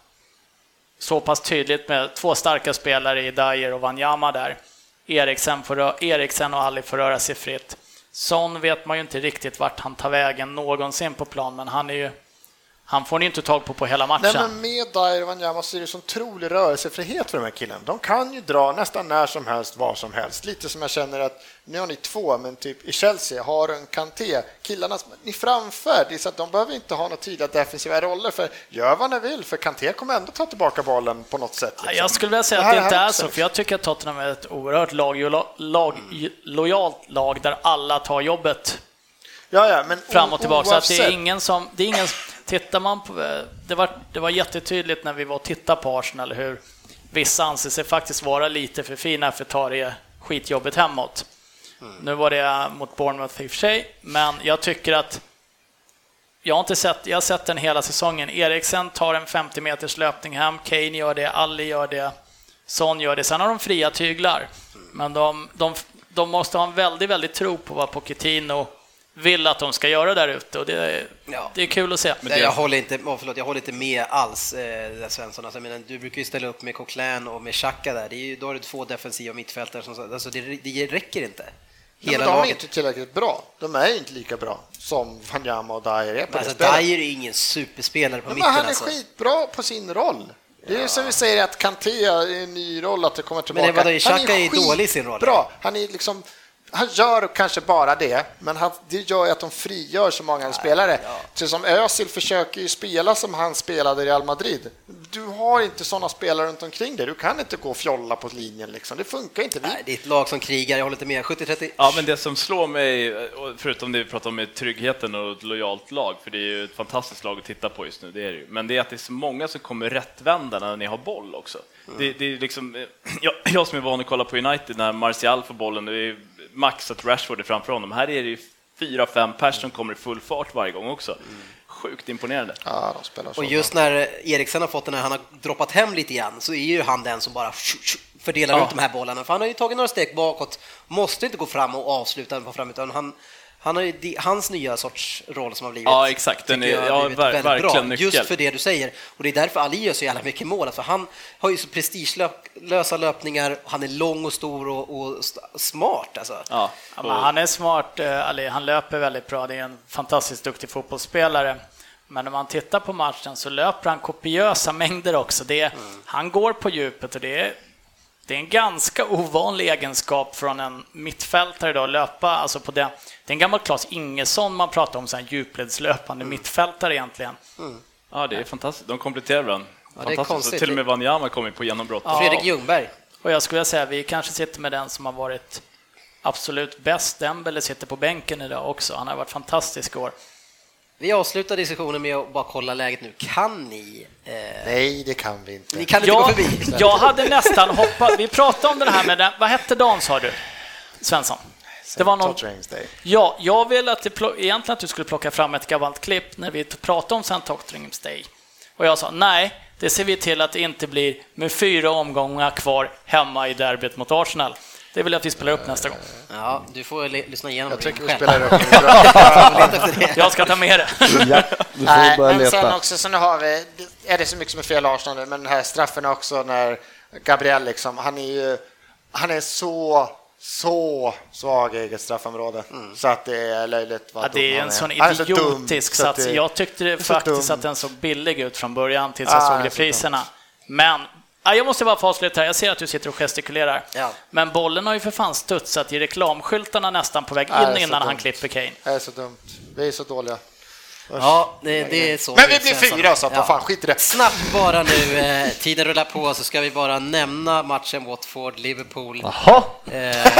Så pass tydligt med två starka spelare i Dyer och Wanyama där. Eriksen, får, Eriksen och Ali får röra sig fritt. Son vet man ju inte riktigt vart han tar vägen någonsin på plan, men han är ju han får ni inte tag på på hela matchen.
Nej, men med Dyer och Wanyama så är det sån trolig rörelsefrihet för de här killarna. De kan ju dra nästan när som helst, var som helst. Lite som jag känner att nu har ni två, men typ i Chelsea har en Kanté. Killarna ni framför, det är så att de behöver inte ha några tydliga defensiva roller, för gör vad ni vill, för Kanté kommer ändå ta tillbaka bollen på något sätt. Liksom.
Jag skulle vilja säga att det inte är så, för jag tycker att Tottenham är ett oerhört lag, lag, lojalt lag där alla tar jobbet.
Ja, ja, men
fram och tillbaka. Så att det är ingen som, det är ingen, tittar man på, det var, det var jättetydligt när vi var och tittade på Arsenal hur vissa anser sig faktiskt vara lite för fina för att ta det skitjobbet hemåt. Mm. Nu var det mot Bournemouth i och för sig, men jag tycker att jag har inte sett, jag har sett den hela säsongen. Eriksen tar en femtio meters löpning hem, Kane gör det, Ali gör det, Son gör det. Sen har de fria tyglar, men de, de, de måste ha en väldigt, väldigt tro på vad Pochettino vill att de ska göra där ute, och det, ja. det är kul att se.
Men det, jag, håller inte, oh, förlåt, jag håller inte med alls, eh, Svensson. Alltså, jag menar, du brukar ju ställa upp med Coquelin och med Xhaka där. Det är ju, då har du två defensiva mittfältare. Som, alltså, det, det räcker inte. Hela
Nej, de
laget.
är inte tillräckligt bra. De är inte lika bra som Wanyama och Dyer är på
alltså,
det
Dyer är ingen superspelare på
men
mitten.
Han är
alltså.
skitbra på sin roll. Det är ja. som vi säger att Kanté är en ny roll, att det kommer tillbaka.
Men det var Xhaka är,
är
dålig i sin roll.
Bra. Han är liksom han gör kanske bara det, men han, det gör att de frigör så många ja, spelare. Ja. Så som Özil försöker ju spela som han spelade i Real Madrid. Du har inte sådana spelare runt omkring dig. Du kan inte gå och fjolla på linjen. Liksom. Det funkar inte.
Nej, det är ett lag som krigar. Jag håller inte med. sjuttio trettio.
Ja, men det som slår mig, förutom det vi pratar om med tryggheten och ett lojalt lag, för det är ju ett fantastiskt lag att titta på just nu, det är det ju. Men det är att det är så många som kommer rättvända när ni har boll också. Mm. Det, det är liksom, jag, jag som är van att kolla på United när Martial får bollen, det är max att Rashford är framför honom. Här är det ju fyra, fem pers som kommer i full fart varje gång också. Sjukt imponerande.
Ja, de spelar så
och just bra. När Eriksen har fått den här, han har droppat hem lite grann, så är ju han den som bara fördelar ja. ut de här bollarna. För han har ju tagit några steg bakåt, måste inte gå fram och avsluta den på fram, utan han Han har ju hans nya sorts roll som har blivit.
Ja, exakt. Den är ja, ver- verkligen nyckel.
Just för det du säger. Och det är därför Ali gör så jävla mycket mål. För han har ju så prestigelösa löpningar. Han är lång och stor och, och smart. Alltså.
Ja. Ja, men han är smart, Ali. Han löper väldigt bra. Det är en fantastiskt duktig fotbollsspelare. Men när man tittar på matchen så löper han kopiösa mängder också. Det är, mm. Han går på djupet, och det är Det är en ganska ovanlig egenskap från en mittfältare då, löpa alltså på det. Det är en gammal Claes Ingesson man pratar om, så här djupledslöpande mm. mittfältare egentligen.
Mm. Ja, det är fantastiskt. De kompletterar varandra.
Ja, det är konstigt.
Till och med Wanyama kommer på genombrott.
Ja. Fredrik Ljungberg.
Och jag skulle säga vi kanske sitter med den som har varit absolut bäst. Dembele sitter på bänken idag också. Han har varit fantastisk i år.
Vi avslutar diskussionen med att bara kolla läget nu. Kan ni? Eh...
Nej, det kan vi inte.
Ni kan inte
jag,
gå förbi.
Jag hade nästan hoppat... Vi pratade om det här med den, vad hette Dan, sa du? Svensson. Det var någon... Ja, jag vill att det pl- egentligen att du skulle plocka fram ett gammalt klipp när vi pratade om Saint Totteringham's Day. Och jag sa, nej, det ser vi till att det inte blir med fyra omgångar kvar hemma i derbyt mot Arsenal. Det vill jag att vi spelar upp nästa gång.
Ja, du får l- lyssna igenom
Jag tycker vi
själv.
spelar upp.
Jag ska ta med det.
Ja, du får
Nej,
börja
men
leta.
sen också så nu har vi, är det så mycket som är fel Arsenal nu, men den här straffen också när Gabriel liksom, han är ju, han är så så svag i eget straffområde mm. så att det är löjligt vad
ja, det är en
är.
sån
Han är så
idiotisk
dum,
sats.
så det,
jag tyckte det faktiskt så att den såg billig ut från början tills jag
ah,
såg repriserna. Men ja, jag måste bara få avsluta här. Jag ser att du sitter och gestikulerar.
Ja.
Men bollen har ju för fan studsat i reklamskyltarna nästan på väg in
ah,
innan han
dumt.
klipper Kane.
Det är så dumt. Vi är så dåliga.
Ja, det, det är så.
Men vi blir fyra så att
ja.
vad fan, skit i det.
Snabbt bara nu, eh, tiden rullar på, så ska vi bara nämna matchen Watford-Liverpool.
Jaha.
Eh,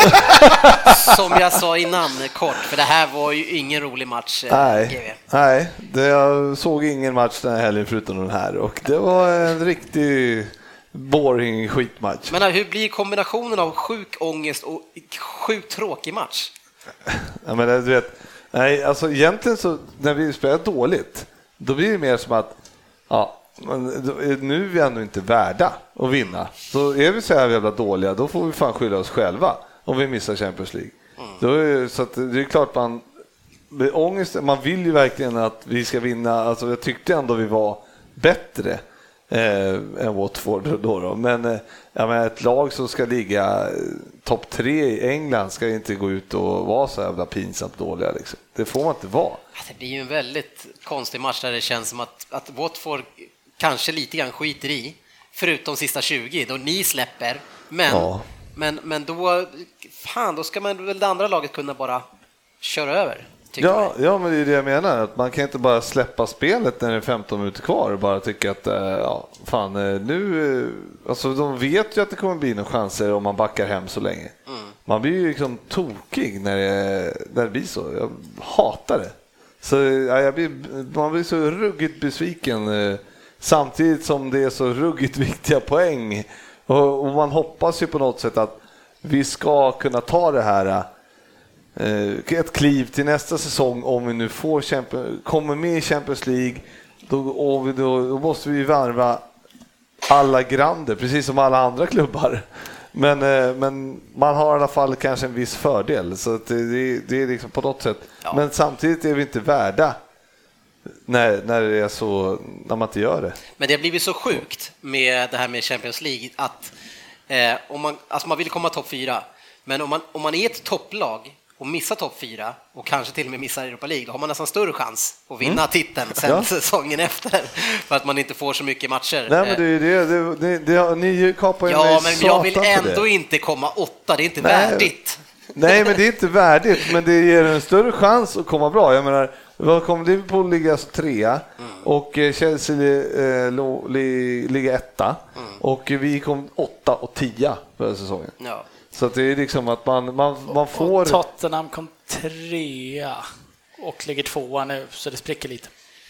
som jag sa innan, kort, för det här var ju ingen rolig match. Eh,
Nej,
G V.
nej det, jag såg ingen match den här helgen förutom den här. Och det var en riktig boring skitmatch.
Men hur blir kombinationen av sjuk ångest och sjukt tråkig match?
Ja, men du vet, nej, alltså egentligen så när vi spelar dåligt, då blir det mer som att ja, men nu är vi ändå inte värda att vinna. Så är vi så här jävla dåliga, då får vi fan skylla oss själva om vi missar Champions League. Mm. Då är, så att det är klart man ångest, man vill ju verkligen att vi ska vinna. Alltså jag tyckte ändå vi var bättre eh, än Watford då, då. Men eh, ja, men ett lag som ska ligga eh, topp tre i England ska inte gå ut och vara så jävla pinsamt dåliga liksom. Det får man inte vara.
Det blir ju en väldigt konstig match där det känns som att, att Watford kanske lite grann skiter i, förutom sista tjugo då ni släpper, men,
ja.
men, men då fan, då ska man väl det andra laget kunna bara köra över.
Ja, ja, men det är det jag menar, att man kan inte bara släppa spelet när det är femton minuter kvar och bara tycka att ja, fan nu, alltså de vet ju att det kommer bli några chanser om man backar hem så länge. Mm. Man blir ju liksom tokig när det, när det blir så. Jag hatar det. Så ja, jag blir, man blir så ruggigt besviken samtidigt som det är så ruggigt viktiga poäng. Och, och man hoppas ju på något sätt att vi ska kunna ta det här ett kliv till nästa säsong om vi nu får Champions, kommer med i Champions League. Då, och vi, då, då måste vi varva alla grander, precis som alla andra klubbar. Men, men man har i alla fall kanske en viss fördel. Så att det, det är liksom på något sätt. Ja. Men samtidigt är vi inte värda när, när det är så, när man inte gör det.
Men det har blivit så sjukt med det här med Champions League att eh, om man, alltså man vill komma topp fyra, men om man, om man är ett topplag och missar topp fyra och kanske till och med missar Europa League, då har man nästan större chans att vinna mm. titeln sen ja. säsongen efter, för att man inte får så mycket matcher.
Nej, men det är det, det, det, det ni kapar ju.
Ja, men jag vill ändå inte komma åtta, det är inte Nej. värdigt.
Nej, men det är inte värdigt, men det ger en större chans att komma bra. Jag menar, vad kommer Liverpool ligga trea mm. och Chelsea eh, lo, li, ligga etta mm. och vi kom åtta och tia för säsongen. Ja. Så att det är liksom att man, man, man får...
Och Tottenham kom trea och ligger tvåa nu, så det spricker lite.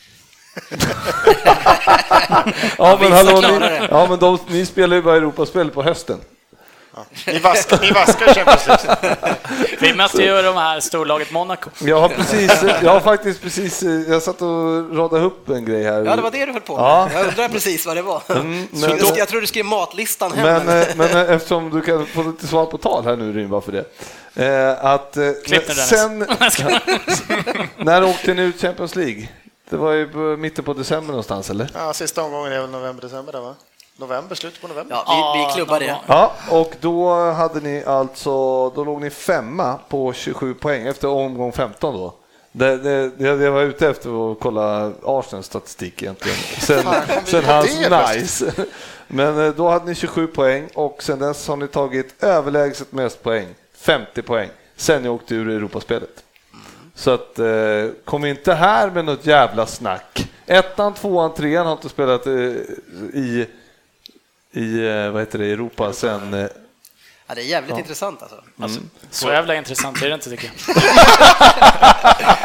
ja, men hallå, ni, ja, men de, ni spelar ju bara Europaspel på hösten.
Ja. Ni vaskar, ni vaskar Champions League.
Vi mötte ju de här storlaget Monaco.
Jag har precis, jag har faktiskt precis, jag satt och radade upp en grej här.
Ja, det var det du höll på med.
Ja.
Jag undrar precis vad det var. Mm, men, jag, jag tror du skrev matlistan hem.
Men, men eftersom du kan få lite svar på tal här nu, Ryn, för det. Eh, att eh, sen när åkte ni ut Champions League? Det var ju mitten på december någonstans, eller?
Ja, sista omgången är väl november, december där, va? November, slutet på november.
Ja, vi, vi klubbar det.
Ja, och då hade ni alltså, då låg ni femma på tjugosju poäng efter omgång femton då. Det, det, det var ute efter att kolla Arsenals statistik egentligen. Sen, sen hans nice. Men då hade ni tjugosju poäng och sen dess har ni tagit överlägset mest poäng, femtio poäng. Sen ni åkte ur Europaspelet. Så att eh, kom inte här med något jävla snack. Ettan, tvåan, trean har inte spelat eh, i i vad heter det, Europa sen.
Ja, det är jävligt ja. intressant alltså.
alltså mm. Så jävla intressant är det inte, tycker jag.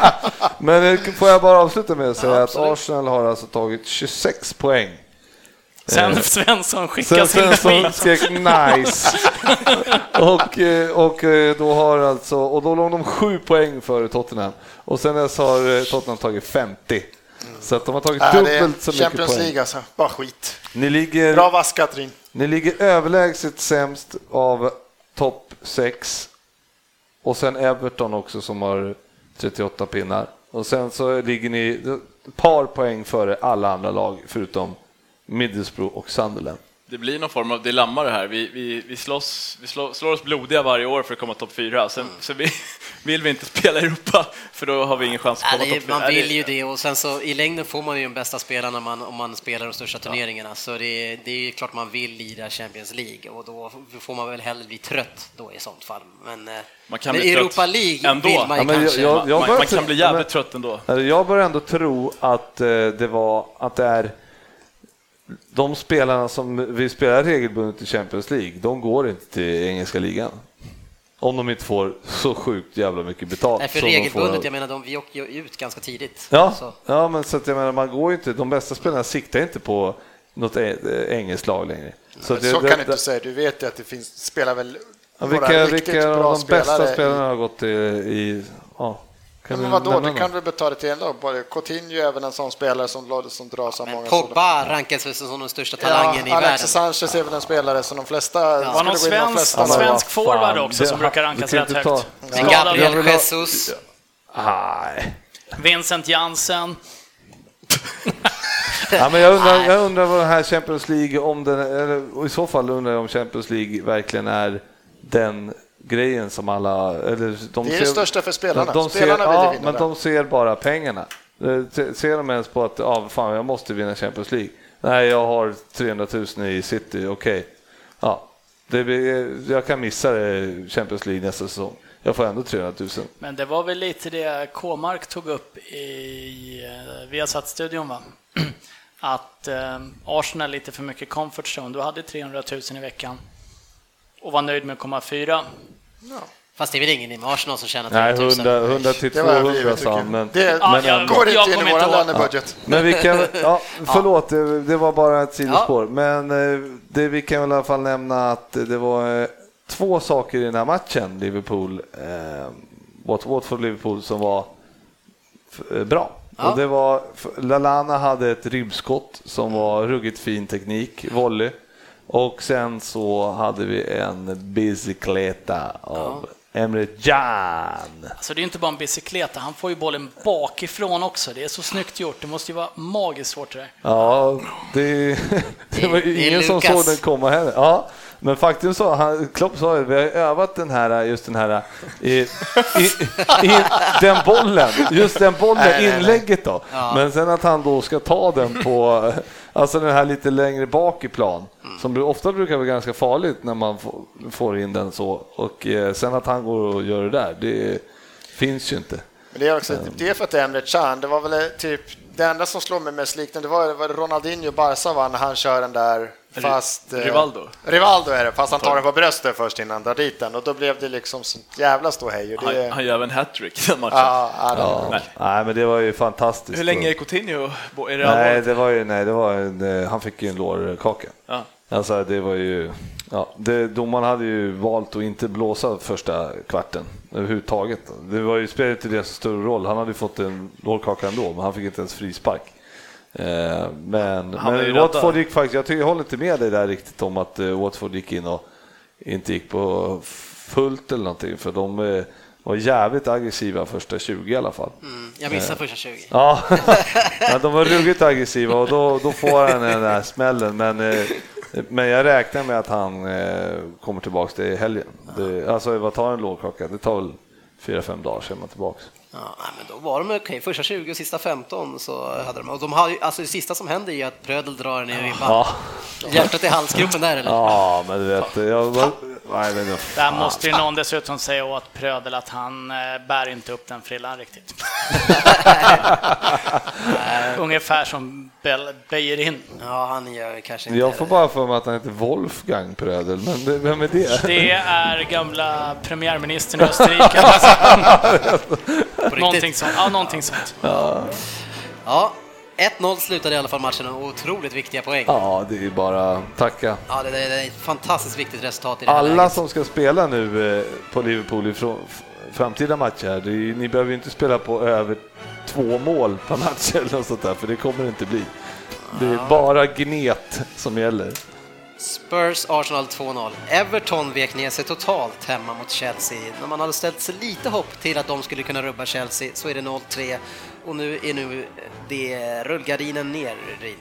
Men får jag bara avsluta med att säga ja, att Arsenal har alltså tagit tjugosex poäng.
Sen Svensson skickar
sin Svensson skrek nice. och, och då har alltså och då låg de sju poäng före Tottenham. Och sen dess har Tottenham tagit femtio. Mm. Så att de har tagit äh, dubbelt så mycket poäng.
Champions League alltså, bara skit.
Ni ligger,
Bra vass, Katrin.
Ni ligger överlägset sämst av topp sex. Och sen Everton också som har trettioåtta pinnar. Och sen så ligger ni ett par poäng före alla andra lag förutom Middlesbrough och Sunderland.
Det blir någon form av dilemma det här. Vi, vi, vi, slåss, vi slår, slår oss blodiga varje år för att komma topp fyra. Sen så vi, vill vi inte spela i Europa för då har vi ingen chans att komma topp fyra.
Man vill ju det och sen så i längden får man ju de bästa spelarna man, om man spelar de största turneringarna. Ja. Så det, det är ju klart man vill lira Champions League och då får man väl hellre bli trött då i sånt fall. Men,
man kan
men
bli
Europa League
ändå.
Vill man ju
ja,
kanske.
Jag, jag, jag
man, man kan bli jävligt men, trött ändå.
Jag börjar ändå tro att det var att det är de spelarna som vi spelar regelbundet i Champions League, de går inte till engelska ligan. Om de inte får så sjukt jävla mycket betalt.
Nej, för regelbundet, får... jag menar, de, vi åker ju ut ganska tidigt.
Ja, ja men så att jag menar, man går ju inte, de bästa spelarna siktar inte på något engelskt lag längre.
Så, det, så kan det, du inte säga, du vet ju att det finns, spelar väl
ja, vilka, vilka av de spelare bästa spelarna har gått i, i ja.
Kan men vadå, du kan väl betala till en lag. Coutinho är även en sån spelare som, som drar så ja, många.
Pogba rankas som den största talangen ja, i världen.
Alexis Sanchez är väl en spelare som de flesta...
Ja. Var någon svensk, flesta svensk forward också det, som brukar rankas rätt högt. Ja.
Men Gabriel Jesus.
Nej.
Vincent Jansen.
Ja, men jag undrar, jag undrar vad den här Champions League, om den, eller i så fall undrar jag om Champions League verkligen är den grejen som alla eller de
det är
ser,
det största för spelarna.
De, de
spelarna
ser, ja, men
det.
de ser bara pengarna. Ser de ens på att ja, fan, jag måste vinna Champions League. Nej, jag har trehundratusen i City. Okej. Okay. Ja. Det blir, jag kan missa det Champions League nästa säsong. Jag får ändå trehundratusen.
Men det var väl lite det K-Mark tog upp i Viasat-studion, va? Att eh, Arsenal lite för mycket comfort zone. Du hade trehundratusen i veckan och var nöjd med att komma fyra.
Ja. Fast det är väl ingen i Arsenal som tjänar
trehundratusen. Nej, hundra till tvåhundra sa men
det
ja,
men, jag, går inte in i våra lönebudget.
Ja. Men vi kan ja, förlåt, det, det var bara ett sidospår. Ja. Men det vi kan i alla fall nämna att det var två saker i den här matchen Liverpool eh, Watford Liverpool som var bra. Ja. Och det var Lallana hade ett ribbskott som var ruggigt fin teknik, volley. Och sen så hade vi en bicykleta av ja. Emre Can.
Alltså det är inte bara en bicykleta, han får ju bollen bakifrån också. Det är så snyggt gjort, det måste ju vara magiskt svårt det där.
Ja, det, det var ju ingen som såg den komma heller. Ja. Men faktum så, han, Klopp sa att vi har övat den här, just den här, i, i, i, den bollen, just den bollen, nej, inlägget då. Ja. Men sen att han då ska ta den på, alltså den här lite längre bak i plan, mm. som ofta brukar vara ganska farligt när man får, får in den så. Och eh, sen att han går och gör det där, det finns ju inte.
Men det är också, det är för att det är Emre Can, det var väl typ, det enda som slår mig mest liknande, det var, var Ronaldinho Barca var när han kör den där. Fast,
Rivaldo.
Eh, Rivaldo är det, fast han tar den på bröstet först innan drar dit den. Och då blev det liksom sånt jävla ståhej. Det...
Han, han gör en hattrick den matchen.
Ja, ja,
ja. Nej. nej, men det var ju fantastiskt.
Hur länge är Coutinho? Är det
nej, det var ju, nej, det var en, han fick ju en lårkaka. Ja. Alltså, det var ju... Ja, det, domaren hade ju valt att inte blåsa första kvarten överhuvudtaget. Det var ju spelet till deras större roll. Han hade fått en lårkaka ändå, men han fick inte ens frispark. Eh, men men Watford gick faktiskt, jag tycker jag håller inte med dig där riktigt om att uh, Watford gick in och inte gick på fullt eller någonting, för de uh, var jävligt aggressiva första tjugo i alla fall.
Mm, jag missade uh, första tjugo.
Ja, ja, de var ruggigt aggressiva och då, då får han den där smällen, men, uh, men jag räknar med att han uh, kommer tillbaka till helgen. Det, alltså vad tar en lågkaka? Det tar väl fyra fem dagar så är man tillbaka.
Ja, men då var de okej. Okay. Första tjugo och sista femton så hade de, och de har ju, alltså det sista som händer är ju att Prödel drar ner i ribban. Ja. Hjärtat i halsgropen där eller?
Ja, men du vet, jag, Nej, men då,
Där måste ju någon dessutom säga åt Prödel att han eh, bär inte upp den frillan riktigt. Ungefär som Bell bejer in.
Ja, han gör kanske inte.
jag får bara för mig att han heter Wolfgang Prödel, men det, vem är det?
Det är gamla premiärministern i Österrike. någonting sånt. Ja, någonting sånt.
Ja, ett noll slutade i alla fall matchen och otroligt viktiga poäng.
Ja, det är bara tacka.
Ja, det, det, det är ett fantastiskt viktigt resultat i det här
Alla
läget.
som ska spela nu eh, på Liverpool i fr- framtida matcher, det är, ni behöver ju inte spela på över två mål per match eller något sånt där, för det kommer det inte bli. Det är bara gnet som gäller.
Spurs Arsenal två noll. Everton vek ner sig totalt hemma mot Chelsea. När man hade ställt sig lite hopp till att de skulle kunna rubba Chelsea så är det noll tre. Och nu är nu det rullgardinen ner, Rin.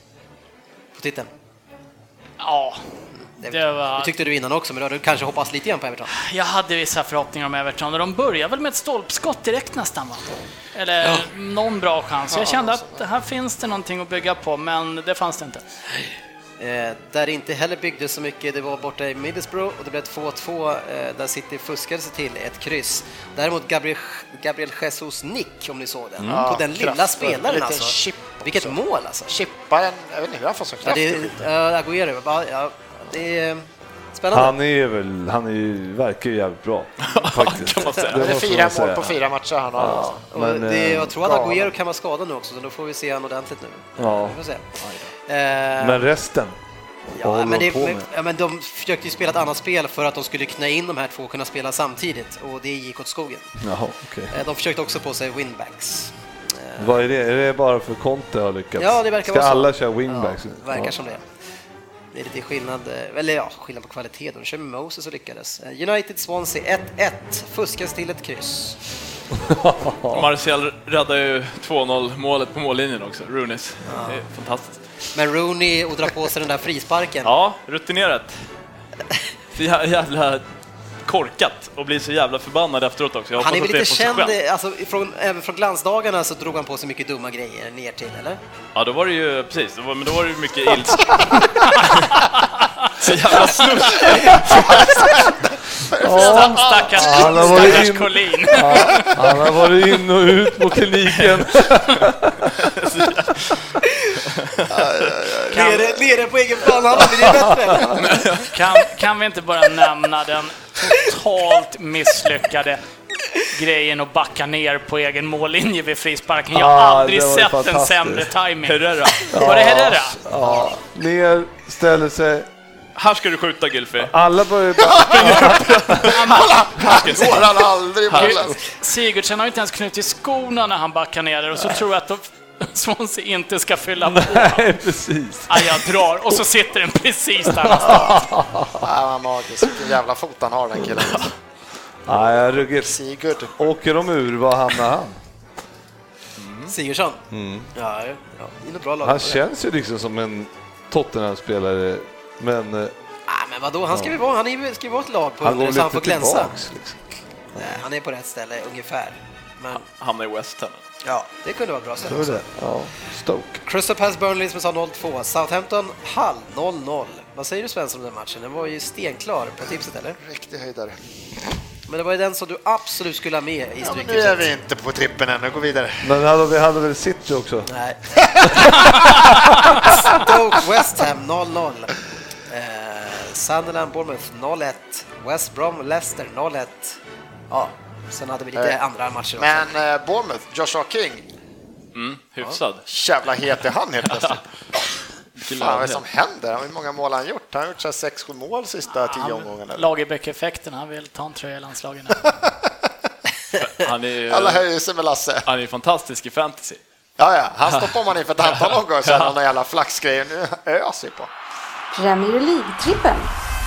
På titeln.
Ja, det var...
Det tyckte du innan också, men då hade du kanske hoppas lite grann på Everton.
Jag hade vissa förhoppningar om Everton och de började väl med ett stolpskott direkt nästan, va? Eller
Ja.
någon bra chans. Jag kände att här finns det någonting att bygga på, men det fanns det inte.
Eh, där inte heller byggde så mycket, det var borta i Middlesbrough och det blev två två, eh, där City fuskade sig till ett kryss. Däremot Gabriel, Gabriel Jesus nick, om ni såg den,
Ja,
på den lilla
kraftfull.
spelaren
Lite
alltså.
chip
Vilket
också.
mål alltså.
Chippa en, jag vet inte hur han får så
Ja,
kraftigt.
det är uh, Aguero, ja, ja, det är spännande.
Han är väl, han är ju, verkar ju jävligt bra faktiskt.
kan man säga.
Det
Det är
måste
fyra
man säga.
mål på fyra matcher han har.
Ja,
Och
men,
det,
eh,
jag tror att
bra.
Aguero kan vara skadad nu också, så då får vi se han ordentligt nu.
ja.
Vi får se. Eh,
Men resten?
Ja,
Vad
men,
håller
det,
de på
men,
med?
ja, men de försökte ju spela ett annat spel för att de skulle knä in de här två och kunna spela samtidigt, och det gick åt skogen.
Jaha, okej.
Eh, De försökte också på sig winbacks.
Vad är det? Är det bara för Conte har lyckats?
Ja, det verkar
Ska
vara så.
alla köra wingbacks?
Ja, verkar
Ja.
som det. Det är lite skillnad, eh, eller ja, skillnad på kvalitet. De kör med Moses och lyckades. Eh, United Swansea ett ett, fuskas till ett kryss.
Martial räddar ju två noll målet på mållinjen också, Rooneys. Det är fantastiskt.
Men Rooney och drar på sig den där frisparken.
Ja, rutinerat. Så jä- jävla korkat och blir så jävla förbannad efteråt också. Jag
Han är
hoppas
väl
att
lite
det är på sig
känd,
själv.
alltså, från, även från glansdagarna så drog han på sig mycket dumma grejer ner till, eller?
Ja, då var det ju, precis, då var, men då var det ju mycket ilska. Så jävla snusk.
Stackars,
Han har varit
stackars
in-
Collin.
Ja, han har varit in och ut på kliniken.
Nere, nere på egen plan, han hade det bättre.
Kan, kan vi inte bara nämna den totalt misslyckade grejen att backa ner på egen mållinje vid frisparken? Jag har
Ah,
aldrig
det var ju
sett en
fantastiskt.
sämre timing.
Herrera.
Var det Herrera?
Ja, ner, ställer sig.
Här ska du skjuta, Gylfi.
Alla börjar...
Går han aldrig bollen?
Sigurdsson har ju inte ens knutit skorna när han backar ner där, och så tror jag att de, Swansea inte ska fylla på.
Nej, precis.
Ja, jag drar, och så sitter den precis där han står.
Ja, han magisk. Vilken jävla fot han har, den killen.
Nej, ruggigt.
Sigurd.
Åker de ur, vad hamnar han?
Sigurdsson? Ja, ja, det är nog bra lag.
Han känns ju liksom som en Tottenham-spelare, men eh,
Ah, men vadå, han ska ju vara, han är ju- ska ju vara ett lag på
han går
under, så han får
lite
glänsa.
tillbaks. Liksom.
Nej, han är på rätt ställe ungefär. Men
Hamnar i West Ham.
ja, det kunde vara ett bra ställe
Tror du
också.
det? Ja, Stoke.
Crystal Palace Burnley som sa noll två. Southampton Hull noll noll. Vad säger du, Svensson, om den matchen? Den var ju stenklar på tipset, eller?
Riktig höjdare.
Men det var ju den som du absolut skulle ha med i
Ja, men nu är
stryktipset.
vi inte på trippen än, nu går vi vidare.
Men hade, vi hade väl City också?
Nej. Stoke West Ham noll noll. Eh, Sunderland Bournemouth noll ett. West Brom Leicester noll ett. Ja, sen hade vi lite
Eh,
andra matcher också.
Men eh, Bournemouth, Joshua King.
Mm, hyfsad.
Jävla het är han helt plötsligt.
Vilken
Fan, vad är det
laghet.
som händer? Hur många mål har han gjort? Han har gjort så här sex sju mål sista tio omgångarna.
Lagerbäck-effekten, han vill ta en tröja i landslagen.
Han är ju
Alla höjer sig med Lasse.
han är ju fantastisk i fantasy.
Ja, ja, han stoppar man in för ett antal omgångar sen någon jävla flaxgrejer. Nu öser på.
Premier League-trippen.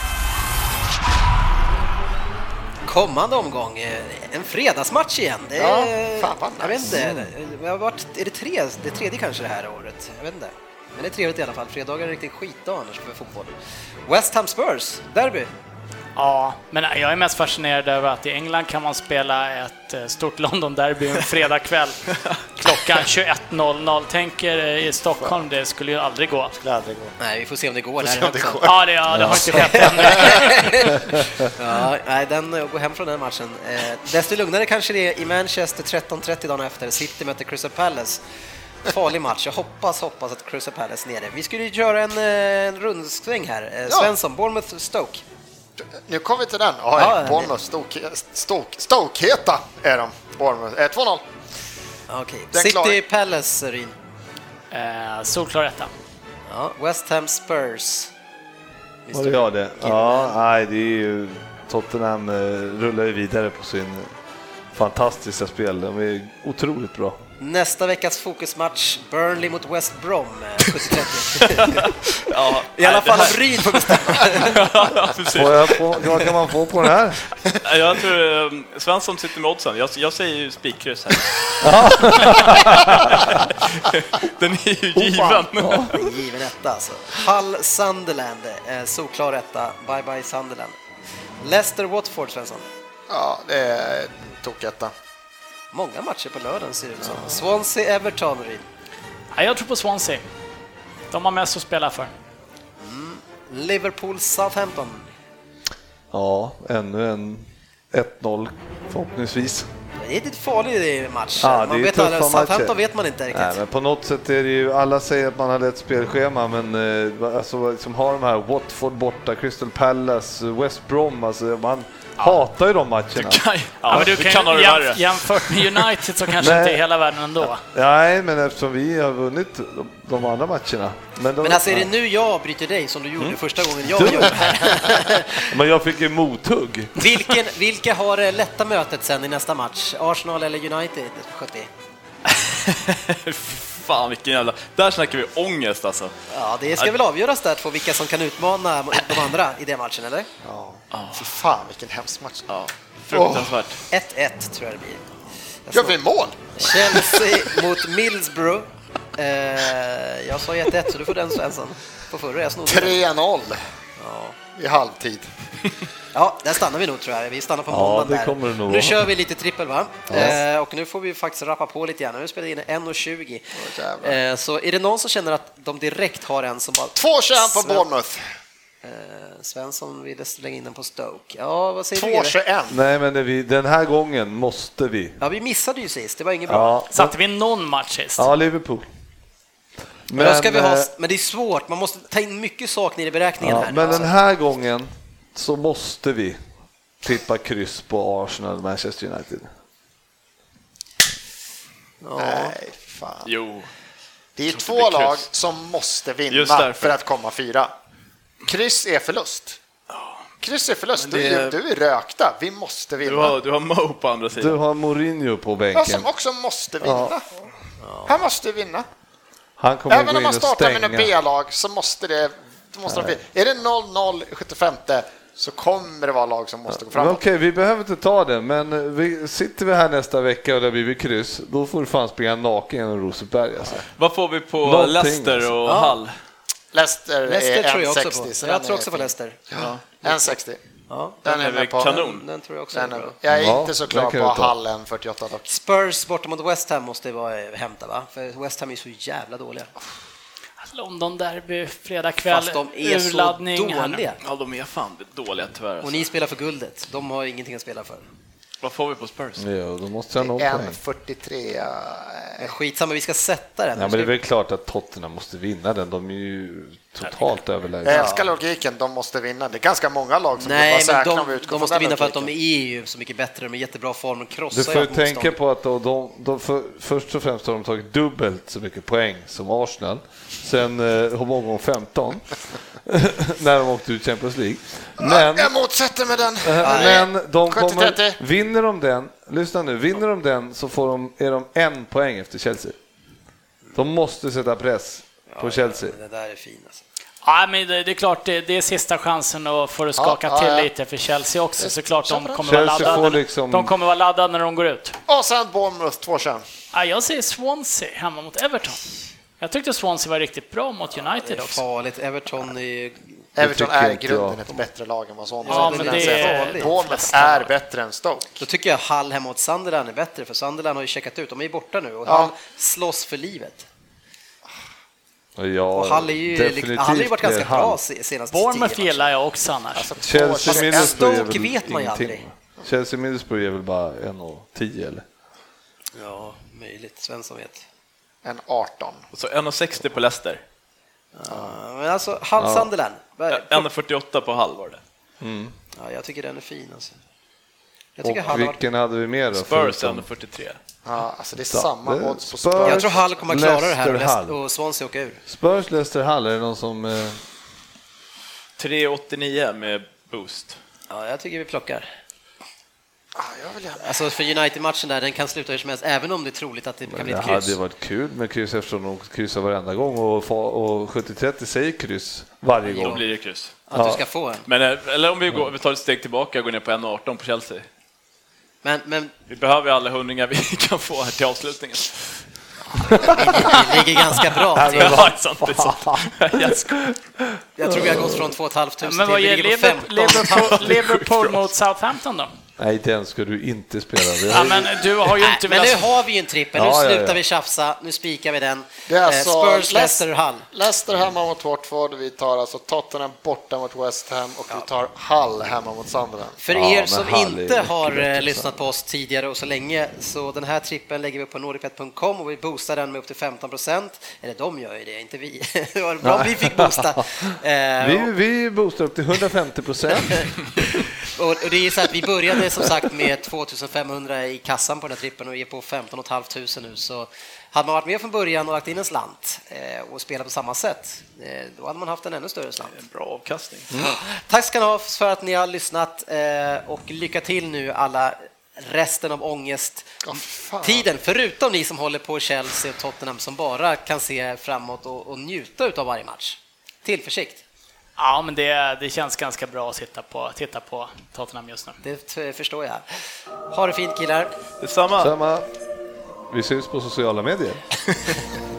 Kommande omgång, eh, en fredagsmatch igen. Det
Ja,
är,
fan vad
jag vet
nice.
inte, det har varit, är det tre, det tredje kanske det här året? Jag vet inte. Men det är trevligt i alla fall. Fredagar är en riktigt skitdag annars för fotboll. West Ham Spurs, derby.
Ja, men jag är mest fascinerad över att i England kan man spela ett stort London-derby en fredagkväll klockan tjugoett noll noll. Tänker i Stockholm, det skulle ju aldrig gå.
Skulle aldrig gå.
Nej, vi får se om det går.
Se om det
också.
går.
Ja, det, ja, det har inte skett ännu.
Ja, nej, den går hem från den matchen. Eh, desto lugnare kanske det är i Manchester tretton trettio dagen efter. City möter Crystal Palace. Farlig match. Jag hoppas, hoppas att Crystal Palace är nere. Vi skulle ju köra en, en rundsväng här. Eh, Svensson, Bournemouth, Stoke.
Nu kommer vi till den. Ja,
Ja,
Bournemouth, Stoke, Stoke, Stokeheta är de. Bournemouth, eh, två noll.
Okej.
Den
City,
klarar-
Palace, Ryn.
Eh, solklar etta.
Ja, West Ham, Spurs.
Var det jag det? Ja, nej, det är ju Tottenham eh, rullar ju vidare på sin fantastiska spel. De är otroligt bra.
Nästa veckas fokusmatch, Burnley mot West Brom, sjuttio trettio.
Ja,
I alla
nej, det
fall
här-
om Ryn får bestämma.
Ja, precis.
Får jag få, vad kan man få på den här?
Jag tror um, Svensson sitter med oddsen. Jag, jag säger ju spikkryss här. Den är ju given.
Ja.
Given etta alltså. Hull, Sunderland, eh, solklar etta. Bye bye Sunderland. Leicester, Watford, Svensson.
Ja, det är toketta.
Många matcher på lördagen ser det ut som. Swansea, Everton, Ryn.
Ja, jag tror på Swansea. De har mest att spela för.
Liverpool, Southampton.
Ja, ännu en ett noll förhoppningsvis.
Det är ett farlig match.
Ja, det
man
är
vet
tuffa
aldrig, Southampton
matcher.
vet man inte riktigt.
Nej, men på något sätt är det ju, alla säger att man har ett spelschema, men eh, alltså, som har de här Watford borta, Crystal Palace, West Brom, alltså man hatar ju de matcherna.
Ja,
Ja, men du
det
kan,
kan ha det
jäm,
värre.
jämfört med United så kanske
Nej.
inte är hela världen ändå.
Nej, men eftersom vi har vunnit de, de andra matcherna. Men, de,
Men alltså är det nu jag bryter dig som du gjorde första gången jag
Du-
gjorde det här?
men jag fick ju mothugg.
Vilken, vilka har det lätta mötet sen i nästa match? Arsenal eller United? sjuttio?
Fan vilken jävla... Där snackar vi ångest alltså.
Ja, det ska väl avgöras där två vilka som kan utmana de andra i den matchen, eller?
Ja, fy fan vilken hemsk match.
Ja, fruktansvärt.
ett ett tror jag det blir. Jag
Gör
slår-
vi mål?
Chelsea mot Middlesbrough. Eh, jag sa ett ett så du får den Svensson. På förra jag snodde den.
tre noll
Ja.
i halvtid.
Ja, där stannar vi nog tror jag. Vi stannar på
Ja,
måndagen
det
där.
kommer det nog
Nu
vara.
kör vi lite trippel va? Eh, och nu får vi faktiskt rappa på lite grann. Nu spelar vi in en tjugo.
jävlar.
Eh, så är det någon som känner att de direkt har en som bara...
två tjugoett på
Sven-
Bournemouth.
Eh, Svensson ville slänga in den på Stoke. Ja, vad säger
två
du?
tjugoett.
Nej, men det vi, den här gången måste vi.
Ja, vi missade ju sist. Det var inget bra.
Ja,
Satte vi någon match sist?
ja Liverpool.
Men, då ska vi ha,
eh,
men det är svårt. Man måste ta in mycket saker i beräkningen
ja,
här.
men
alltså.
den här gången så måste vi tippa kryss på Arsenal och Manchester United.
Ja.
Nej, fan.
Jo.
Det är
tror
två
det blir kryss.
lag som måste
Just
vinna
därför.
för att komma fyra. Kryss är förlust. Kryss är förlust.
Men det-
Du, är- du är rökta. Vi måste
Du
vinna.
har, du har Mo på andra
Du
sidan.
har Mourinho på
Ja,
bänken.
som också måste vinna. Han måste vinna.
Han kommer
Även
gå
om
in
man
och
startar med en
stänga.
B-lag så måste det... det måste de, är det noll noll i sjuttiofem så kommer det vara lag som måste gå
Men
framåt.
Okej, vi behöver inte ta det, men vi, sitter vi här nästa vecka och det blir vi kryss, då får du fan springa naken genom Rosenberg. Alltså.
Vad får vi på
Någonting,
Leicester
alltså.
och
Ja.
Hull?
Leicester,
Leicester
är
tror jag också
en sextio,
på.
så
Jag
den
tror
är
också på
fin.
Leicester.
Ja.
en sextio.
Ja.
Den
Den
är
är
med
väl
på.
kanon.
Den tror jag också är
Den är,
bra.
jag är
Ja,
inte så
den
klar
kan
på
vi ta.
Hull en fyrtioåtta dock.
Spurs borta mot West Ham måste vara hämta va? För West Ham är så jävla dåliga.
London derby, fredag kväll,
Fast de är så
urladdning här nu.
dåliga.
Ja, de är fan dåliga tyvärr.
Och
Alltså.
ni spelar för guldet. De har ingenting att spela för.
Vad får vi på Spurs?
Ja, då måste jag ha någon poäng.
en fyrtiotre.
Men skitsamma, vi ska sätta den.
Ja, men det är väl klart att Tottenham måste vinna den. De är ju totalt
Jag
överlägsna.
älskar logiken, de måste vinna. Det är ganska många lag som borde
Nej,
vara
men
säkra om vi
de,
utgår
de
från
måste
den
vinna för att de
logiken.
är ju så mycket bättre. De är jättebra form. De krossar
Du får ju
allt motstånd.
tänka på att de, de, de för, först och främst har de tagit dubbelt så mycket poäng som Arsenal sen eh, omgång femton när de åkte ut Champions League. Men,
Jag motsätter med den.
men de
sjuttio
kommer,
trettio.
vinner de den, lyssna nu, vinner de den så får de, är de en poäng efter Chelsea. De måste sätta press på Chelsea.
Det där är fint alltså.
Ja, men det, det är klart, det, det är sista chansen att få det skaka
Ja, ja,
till
ja.
lite för Chelsea också. Såklart de
Köper
kommer, vara
Chelsea
laddade,
får liksom-
de kommer vara laddade när de går ut.
Och sen Bournemouth två tjugoett.
Ja, jag säger Swansea hemma mot Everton. Jag tyckte Swansea var riktigt bra mot United
Det är
också.
farligt. Everton är ju
Everton
tycker
är i
inte
grunden
jag.
ett bättre lag än vad Swansea
Ja,
är.
men
Det
det
är
är
farligt. Bournemouth är bättre än Stoke.
Då tycker jag Hull hemma mot Sunderland är bättre, för Sunderland har ju checkat ut. De är ju borta nu och
Ja.
Hull slåss för livet.
Ja,
Och Hull är ju
definitivt
Hull har ju varit ganska
Hull.
bra se- senaste
Bournemouth
tio
gillar jag också annars.
Alltså, två-
Chelsea
en-
Middlesbrough är
Stoke
väl
vet man ju
ingenting.
aldrig.
Chelsea Middlesbrough är väl bara en och tio eller?
Ja, möjligt. Svensson vet.
En arton.
Och så en sextio på Leicester.
Ja, men alltså, Hull
Ja.
Sunderland.
en fyrtioåtta på Hull var det.
Ja, jag tycker den är fin. Alltså. Jag
Och
tycker Hull har varit...
vilken hade vi mer då?
Spurs
förutom-
en fyrtiotre.
Ja, alltså det är
Ja,
samma
det-
odds på
Spurs.
Spurs.
Jag tror Hull kommer att klara det här och,
Leicester,
Leicester
Hull.
och Swansea åka ur.
Spurs, Leicester, Hull, är det någon som... Eh,
tre åttionio med boost.
Ja, jag tycker vi plockar.
Ah, jag vill gärna.
Alltså för United-matchen där, den kan sluta hur som helst, även om det är troligt att det kan bli
det
ett kryss.
hade varit kul med kryss eftersom de kryssar varenda gång och, fa- och sjuttio trettio säger kryss varje
Då
gång.
blir det kryss.
Att
Ja.
du ska få en.
Men, eh, eller om vi, går, vi tar ett steg tillbaka och går ner på en arton på Chelsea.
Men, men
Vi behöver ju alla hundringar vi kan få här till avslutningen.
vi, vi ligger ganska bra till.
Ja, sant, det är sant. Jag skojar.
Jag tror vi har gått från två tusen fem hundra
Men vad
till vi
ger
ligger på
Liverpool,
femton.
Liverpool, Liverpool mot Southampton då?
Nej, den ska du inte spela. Det
Ja,
har
men du har ju
Nej,
inte
men nu
velat...
har vi ju en trippel, nu
Ja, ja,
slutar
ja.
vi tjafsa, nu spikar vi den.
Det är
Eh,
alltså
Spurs, Leicester, Hull.
Leicester hemma mot Watford, vi tar alltså Tottenham borta mot West Ham och vi tar Hull hemma mot Sunderland.
För
Ja,
er
men
som
Hull är
inte
mycket
har
bättre,
eh,
så.
lyssnat på oss tidigare och så länge, så den här trippen lägger vi upp på nordicbet punkt com och vi boostar den med upp till femton procent. Eller de gör ju det, inte vi. Det var bra om vi fick boosta. Eh,
Vi, vi boostar upp till hundrafemtio procent.
och, och det är så att vi började som sagt med tvåtusen femhundra i kassan på den här trippen och är på femton tusen femhundra nu, så hade man varit med från början och lagt in en slant eh, och spelat på samma sätt, eh, då hade man haft en ännu större slant.
En bra avkastning.
Tack ska ni ha för att ni har lyssnat eh, och lycka till nu alla resten av ångest
Åh, fan.
tiden, förutom ni som håller på Chelsea och Tottenham som bara kan se framåt och, och njuta av varje match. Tillförsikt.
Ja, men det, det känns ganska bra att titta på, titta på Tottenham just nu.
Det f- förstår jag. Ha det fint killar.
Detsamma.
Samma. Vi syns på sociala medier.